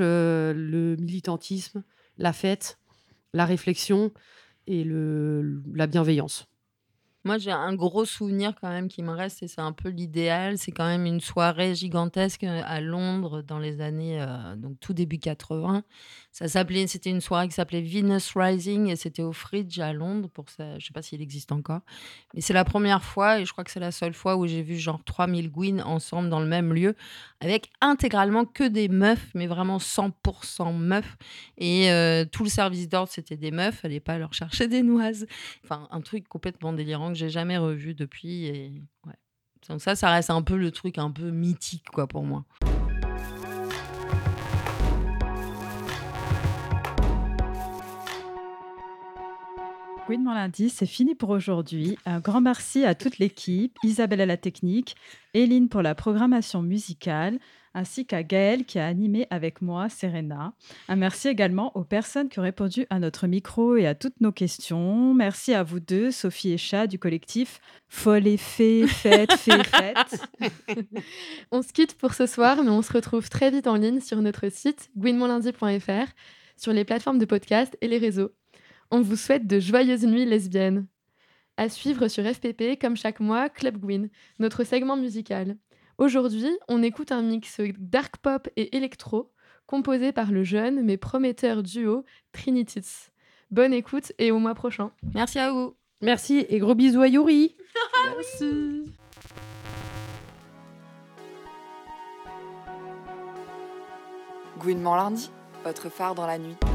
le militantisme, la fête, la réflexion et la bienveillance. Moi, j'ai un gros souvenir quand même qui me reste et c'est un peu l'idéal. C'est quand même une soirée gigantesque à Londres dans les années, donc tout début 80. C'était une soirée qui s'appelait Venus Rising et c'était au Fridge à Londres. Pour ça, je sais pas s'il existe encore. Mais c'est la première fois et je crois que c'est la seule fois où j'ai vu genre 3000 gouines ensemble dans le même lieu avec intégralement que des meufs, mais vraiment 100% meufs. Et tout le service d'ordre, c'était des meufs. Fallait pas leur chercher des noises. Enfin, un truc complètement délirant que j'ai jamais revu depuis. Et ouais, Donc ça reste un peu le truc un peu mythique, quoi, pour moi. Gouinement lundi, c'est fini pour aujourd'hui. Un grand merci à toute l'équipe, Isabelle à la technique, Éline pour la programmation musicale, ainsi qu'à Gaëlle qui a animé avec moi, Serena. Un merci également aux personnes qui ont répondu à notre micro et à toutes nos questions. Merci à vous deux, Sophie et Chat du collectif Folle et Fée, Fête. On se quitte pour ce soir, mais on se retrouve très vite en ligne sur notre site gouinementlundi.fr, sur les plateformes de podcast et les réseaux. On vous souhaite de joyeuses nuits lesbiennes. À suivre sur FPP, comme chaque mois, Club Gouin, notre segment musical. Aujourd'hui, on écoute un mix dark pop et électro, composé par le jeune mais prometteur duo Trinities. Bonne écoute et au mois prochain. Merci à vous. Merci et gros bisous à Yuri. Merci. Gouinement lundi, votre phare dans la nuit.